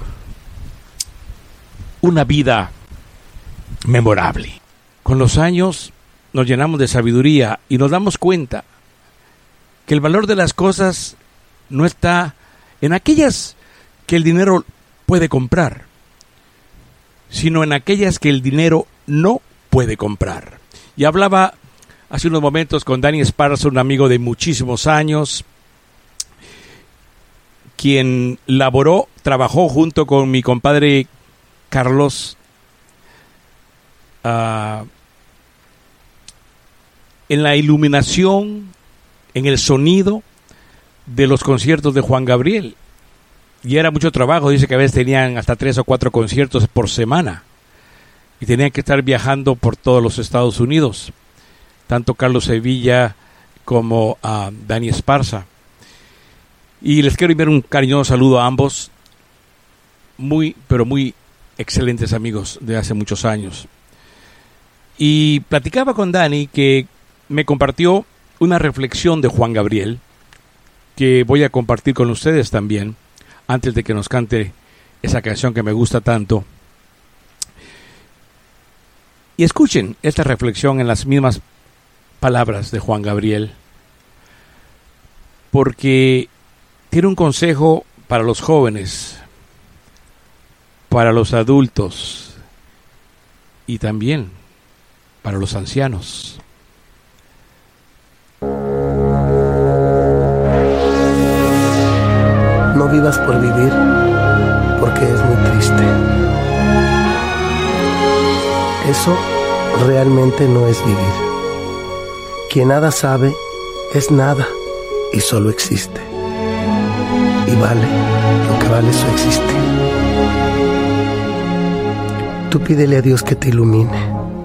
una vida memorable. Con los años nos llenamos de sabiduría y nos damos cuenta que el valor de las cosas no está en aquellas que el dinero puede comprar, sino en aquellas que el dinero no puede comprar. Y hablaba hace unos momentos con Dani Esparza, un amigo de muchísimos años, quien laboró, trabajó junto con mi compadre Carlos uh, en la iluminación, en el sonido de los conciertos de Juan Gabriel. Y era mucho trabajo, dice que a veces tenían hasta tres o cuatro conciertos por semana. Y tenían que estar viajando por todos los Estados Unidos. Tanto Carlos Sevilla como uh, Dani Esparza. Y les quiero enviar un cariñoso saludo a ambos. Muy, pero muy excelentes amigos de hace muchos años. Y platicaba con Dani que me compartió una reflexión de Juan Gabriel que voy a compartir con ustedes también, antes de que nos cante esa canción que me gusta tanto. Y escuchen esta reflexión en las mismas palabras de Juan Gabriel, porque tiene un consejo para los jóvenes, para los adultos y también para los ancianos. No vivas por vivir, porque es muy triste. Eso realmente no es vivir. Quien nada sabe es nada y solo existe. Y vale lo que vale su existir. Tú pídele a Dios que te ilumine,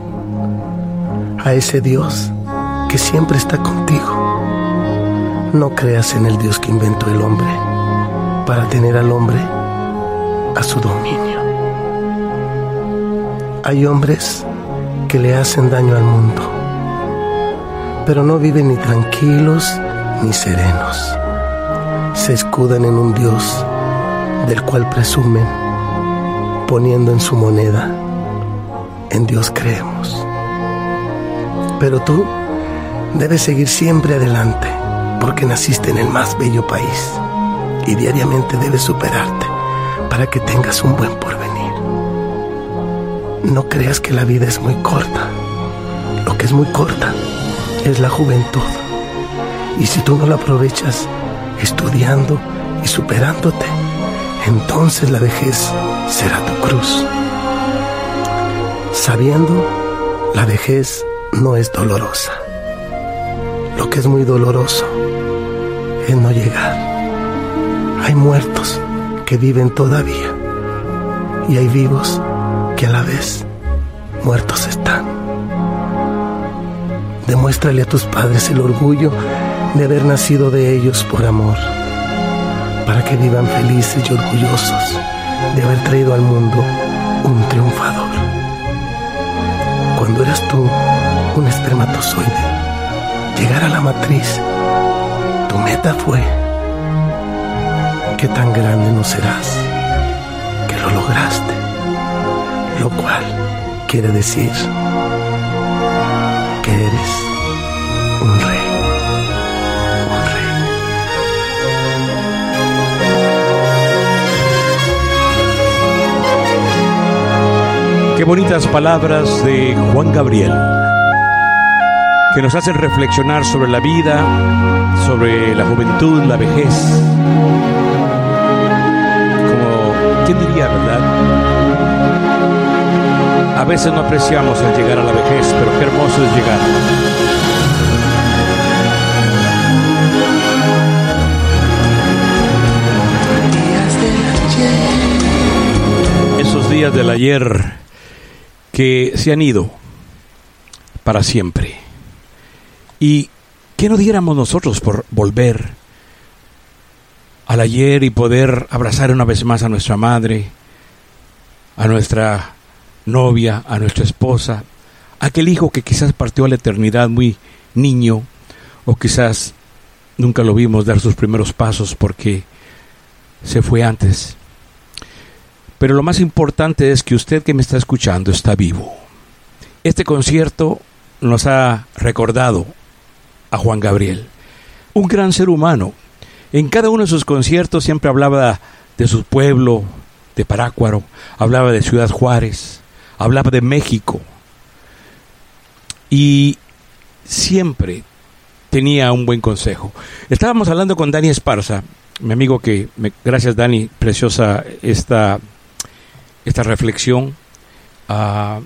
a ese Dios que siempre está contigo. No creas en el Dios que inventó el hombre para tener al hombre a su dominio. Hay hombres que le hacen daño al mundo, pero no viven ni tranquilos ni serenos. Se escudan en un Dios del cual presumen, poniendo en su moneda, en Dios creemos. Pero tú debes seguir siempre adelante, porque naciste en el más bello país y diariamente debes superarte para que tengas un buen porvenir. No creas que la vida es muy corta. Lo que es muy corta es la juventud. Y si tú no la aprovechas estudiando y superándote, entonces la vejez será tu cruz. Sabiendo, la vejez no es dolorosa. Lo que es muy doloroso es no llegar. Hay muertos que viven todavía y hay vivos que a la vez muertos están. Demuéstrale a tus padres el orgullo de haber nacido de ellos por amor, para que vivan felices y orgullosos de haber traído al mundo un triunfador. Cuando eras tú un espermatozoide, llegar a la matriz, tu meta fue: ¿qué tan grande no serás que lo lograste? Lo cual quiere decir que eres un rey, un rey. Qué bonitas palabras de Juan Gabriel, que nos hacen reflexionar sobre la vida, sobre la juventud, la vejez. Como, ¿quién diría, verdad? A veces no apreciamos el llegar a la vejez, pero qué hermoso es llegar. Esos días del ayer que se han ido para siempre. ¿Y qué no diéramos nosotros por volver al ayer y poder abrazar una vez más a nuestra madre, a nuestra novia, a nuestra esposa, aquel hijo que quizás partió a la eternidad muy niño, o quizás nunca lo vimos dar sus primeros pasos porque se fue antes? Pero lo más importante es que usted que me está escuchando está vivo. Este concierto nos ha recordado a Juan Gabriel, un gran ser humano. En cada uno de sus conciertos siempre hablaba de su pueblo, de Parácuaro, hablaba de Ciudad Juárez, hablaba de México. Y siempre tenía un buen consejo. Estábamos hablando con Dani Esparza, mi amigo que, me, gracias Dani, preciosa esta, esta reflexión. Uh,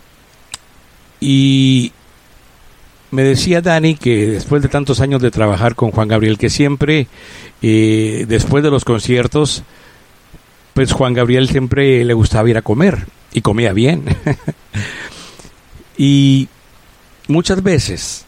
y me decía Dani que después de tantos años de trabajar con Juan Gabriel, que siempre, eh, después de los conciertos, pues Juan Gabriel siempre le gustaba ir a comer, y comía bien. Y muchas veces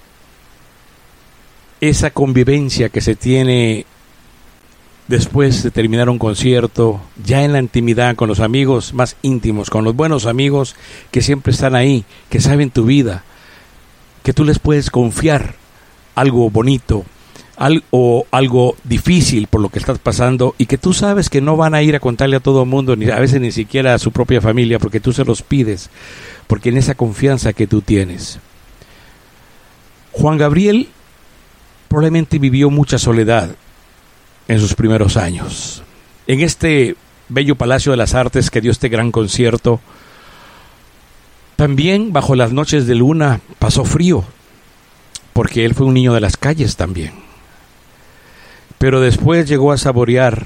esa convivencia que se tiene después de terminar un concierto, ya en la intimidad, con los amigos más íntimos, con los buenos amigos que siempre están ahí, que saben tu vida, que tú les puedes confiar algo bonito, al, o algo difícil por lo que estás pasando, y que tú sabes que no van a ir a contarle a todo el mundo, ni a veces ni siquiera a su propia familia, porque tú se los pides, porque en esa confianza que tú tienes. Juan Gabriel probablemente vivió mucha soledad en sus primeros años. En este bello Palacio de las Artes que dio este gran concierto, también bajo las noches de luna pasó frío, porque él fue un niño de las calles también. Pero después llegó a saborear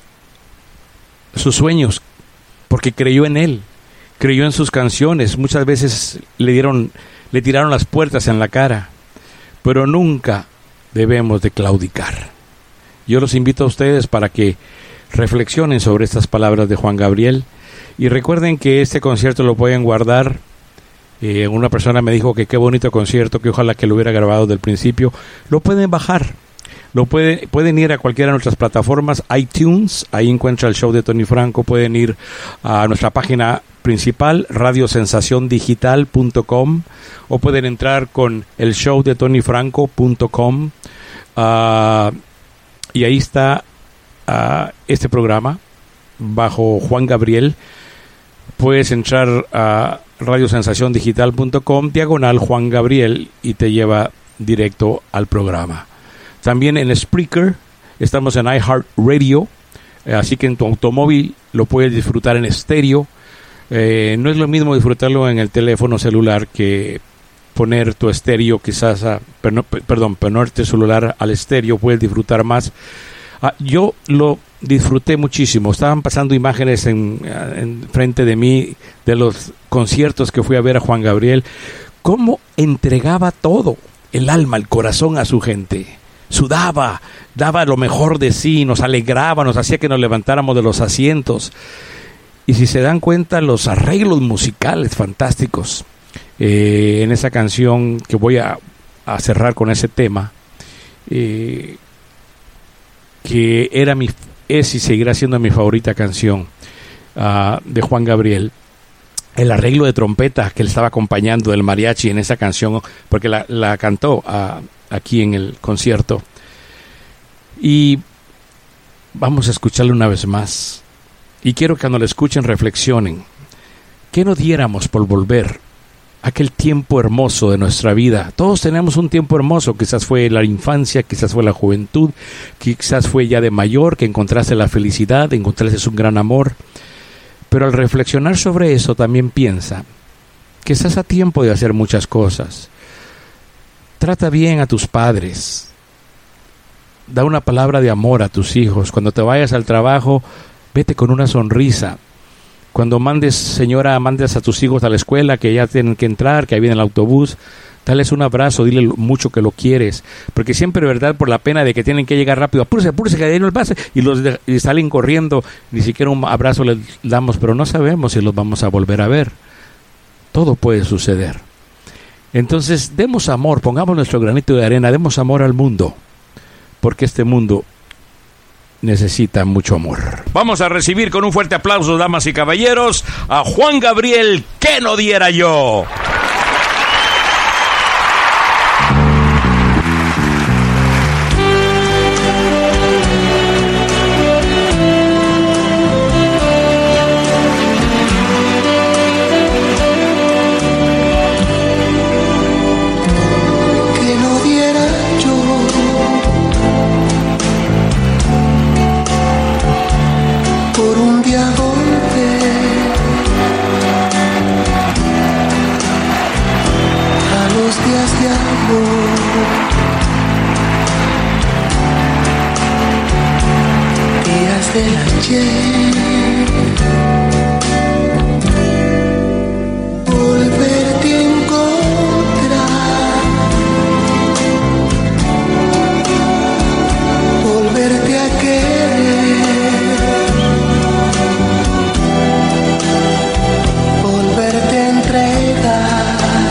sus sueños, porque creyó en él, creyó en sus canciones. Muchas veces le dieron, le tiraron las puertas en la cara, pero nunca debemos de claudicar. Yo los invito a ustedes para que reflexionen sobre estas palabras de Juan Gabriel, y recuerden que este concierto lo pueden guardar. Eh, una persona me dijo que qué bonito concierto, que ojalá que lo hubiera grabado del principio. Lo pueden bajar, lo pueden, pueden ir a cualquiera de nuestras plataformas, iTunes, ahí encuentra el show de Tony Franco. Pueden ir a nuestra página principal, radio sensación digital punto com, o pueden entrar con el show de tony franco punto com. Uh, y ahí está uh, este programa bajo Juan Gabriel. Puedes entrar a radio sensación digital punto com, diagonal Juan Gabriel, y te lleva directo al programa. También en Spreaker, estamos en iHeartRadio, eh, así que en tu automóvil lo puedes disfrutar en estéreo. Eh, no es lo mismo disfrutarlo en el teléfono celular que poner tu estéreo, quizás, a, per, no, perdón, poner tu celular al estéreo, puedes disfrutar más. Ah, yo lo disfruté muchísimo. Estaban pasando imágenes en, en frente de mí de los conciertos que fui a ver a Juan Gabriel. Cómo entregaba todo, el alma, el corazón a su gente. Sudaba, daba lo mejor de sí, nos alegraba, nos hacía que nos levantáramos de los asientos. Y si se dan cuenta, los arreglos musicales fantásticos. Eh, en esa canción que voy a, a cerrar con ese tema, eh, que era mi, es y seguirá siendo mi favorita canción uh, de Juan Gabriel. El arreglo de trompeta que él estaba acompañando del mariachi en esa canción, porque la, la cantó uh, aquí en el concierto. Y vamos a escucharlo una vez más. Y quiero que cuando lo escuchen reflexionen. ¿Qué no diéramos por volver a aquel tiempo hermoso de nuestra vida? Todos tenemos un tiempo hermoso. Quizás fue la infancia, quizás fue la juventud, quizás fue ya de mayor que encontraste la felicidad, encontraste un gran amor. Pero al reflexionar sobre eso también piensa que estás a tiempo de hacer muchas cosas. Trata bien a tus padres. Da una palabra de amor a tus hijos. Cuando te vayas al trabajo, vete con una sonrisa. Cuando mandes, señora, mandes a tus hijos a la escuela, que ya tienen que entrar, que ahí viene el autobús, dales un abrazo, dile mucho que lo quieres. Porque siempre, ¿verdad?, por la pena de que tienen que llegar rápido, apúrese, apúrese, que ahí no pase, y los de, y salen corriendo, ni siquiera un abrazo les damos, pero no sabemos si los vamos a volver a ver. Todo puede suceder. Entonces, demos amor, pongamos nuestro granito de arena, demos amor al mundo, porque este mundo necesita mucho amor. Vamos a recibir con un fuerte aplauso, damas y caballeros, a Juan Gabriel, que no diera yo. Por amor, días del ayer, volverte a encontrar, volverte a querer, volverte a entregar.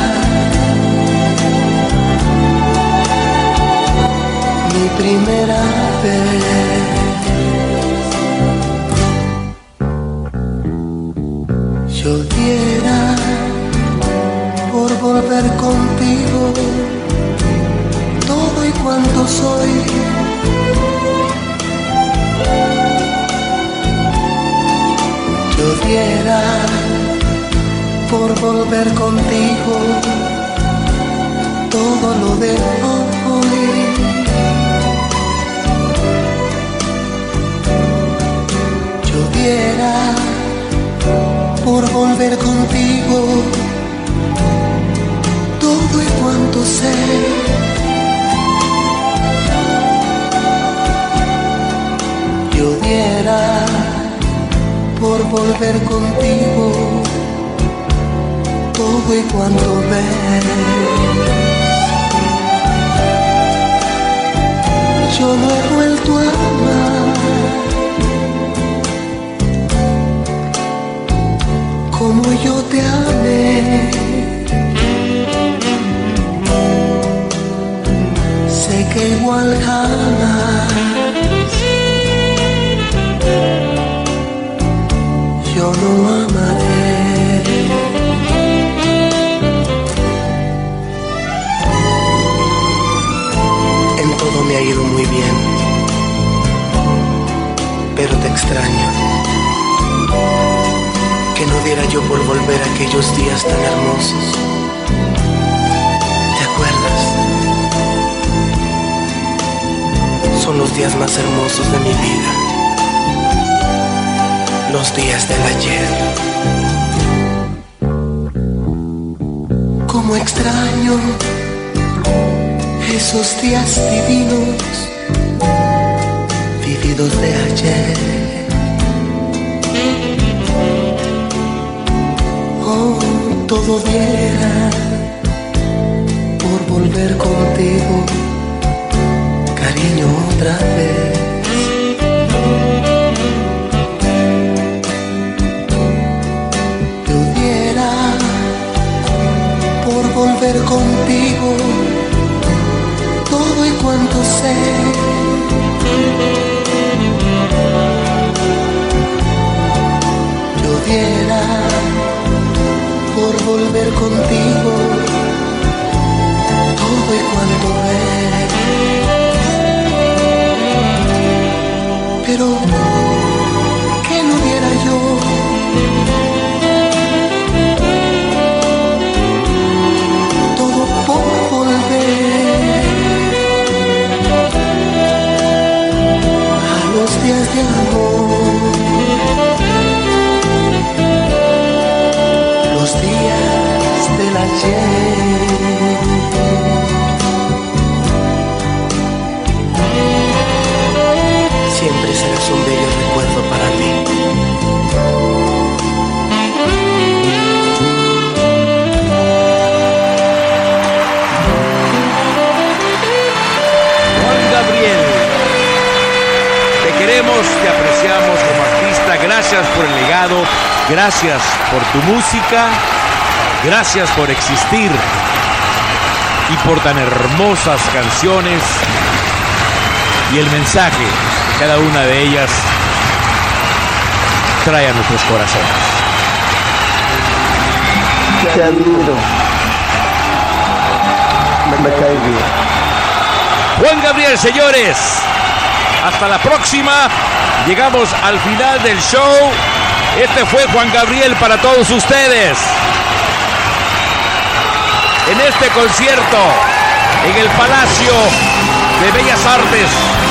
Primera vez yo diera por volver contigo todo y cuanto soy. Yo diera por volver contigo todo lo de hoy. Por volver contigo todo y cuanto sé. Yo diera por volver contigo todo y cuanto ves. Yo no he vuelto a amar como yo te amé. Sé que igual jamás yo no amaré. En todo me ha ido muy bien, pero te extraño. Que no diera yo por volver a aquellos días tan hermosos. ¿Te acuerdas? Son los días más hermosos de mi vida. Los días del ayer. Cómo extraño esos días divinos vividos de ayer. Todo diera por volver contigo, cariño, otra vez. Yo diera por volver contigo todo y cuanto sé. Yo diera por volver contigo todo y cuanto ves. Pero ¿qué no diera yo todo por volver a los días de amor? Los días del ayer. Siempre serás un bello recuerdo para mí. Juan Gabriel, te queremos, te apreciamos como artista. Gracias por el legado. Gracias por tu música, gracias por existir y por tan hermosas canciones y el mensaje que cada una de ellas trae a nuestros corazones. Te admiro, me, me cae bien. Juan Gabriel, señores, hasta la próxima. Llegamos al final del show. Este fue Juan Gabriel para todos ustedes. En este concierto, en el Palacio de Bellas Artes,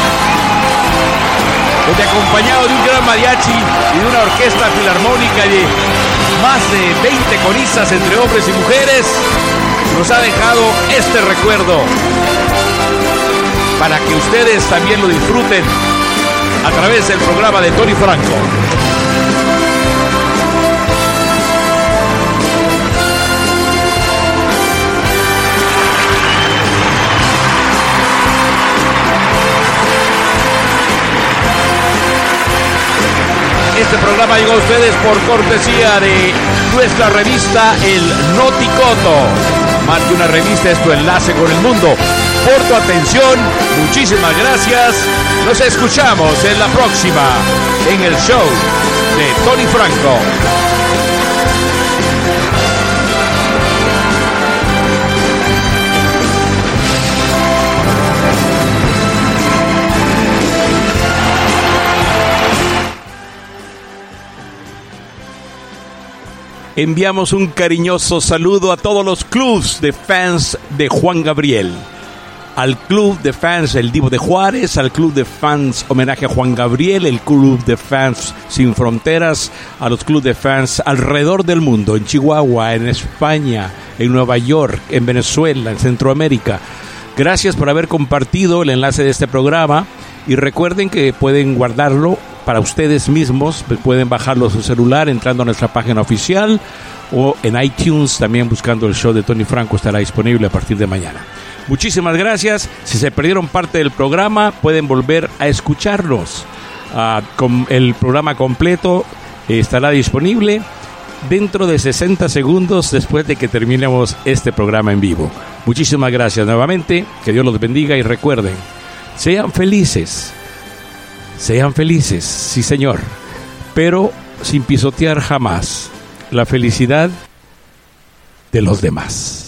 donde acompañado de un gran mariachi y de una orquesta filarmónica y de más de veinte coristas entre hombres y mujeres, nos ha dejado este recuerdo para que ustedes también lo disfruten a través del programa de Tony Franco. Este programa llegó a ustedes por cortesía de nuestra revista El Noticoto. Más que una revista, es tu enlace con el mundo. Por tu atención, muchísimas gracias. Nos escuchamos en la próxima, en el show de Tony Franco. Enviamos un cariñoso saludo a todos los clubs de fans de Juan Gabriel. Al club de fans El Divo de Juárez, al club de fans Homenaje a Juan Gabriel, el club de fans Sin Fronteras, a los clubes de fans alrededor del mundo, en Chihuahua, en España, en Nueva York, en Venezuela, en Centroamérica. Gracias por haber compartido el enlace de este programa y recuerden que pueden guardarlo para ustedes mismos, pueden bajarlo a su celular entrando a nuestra página oficial o en iTunes también buscando el show de Tony Franco, estará disponible a partir de mañana. Muchísimas gracias. Si se perdieron parte del programa, pueden volver a escucharlos. Uh, con el programa completo eh, estará disponible dentro de sesenta segundos después de que terminemos este programa en vivo. Muchísimas gracias nuevamente. Que Dios los bendiga y recuerden, sean felices. Sean felices, sí señor, pero sin pisotear jamás la felicidad de los demás.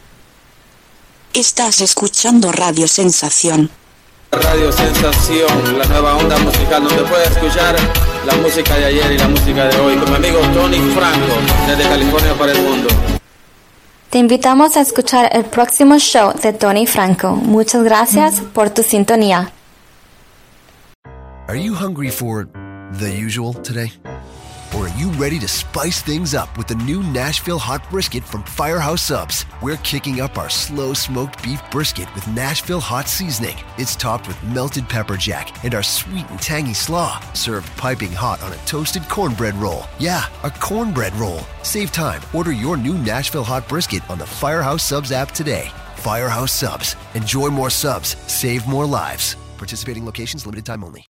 Estás escuchando Radio Sensación. Radio Sensación, la nueva onda musical donde puedes escuchar la música de ayer y la música de hoy con mi amigo Tony Franco desde California para el mundo. Te invitamos a escuchar el próximo show de Tony Franco. Muchas gracias por tu sintonía. Are you hungry for the usual today? Or are you ready to spice things up with the new Nashville Hot Brisket from Firehouse Subs? We're kicking up our slow-smoked beef brisket with Nashville Hot Seasoning. It's topped with melted pepper jack and our sweet and tangy slaw, served piping hot on a toasted cornbread roll. Yeah, a cornbread roll. Save time. Order your new Nashville Hot Brisket on the Firehouse Subs app today. Firehouse Subs. Enjoy more subs. Save more lives. Participating locations, limited time only.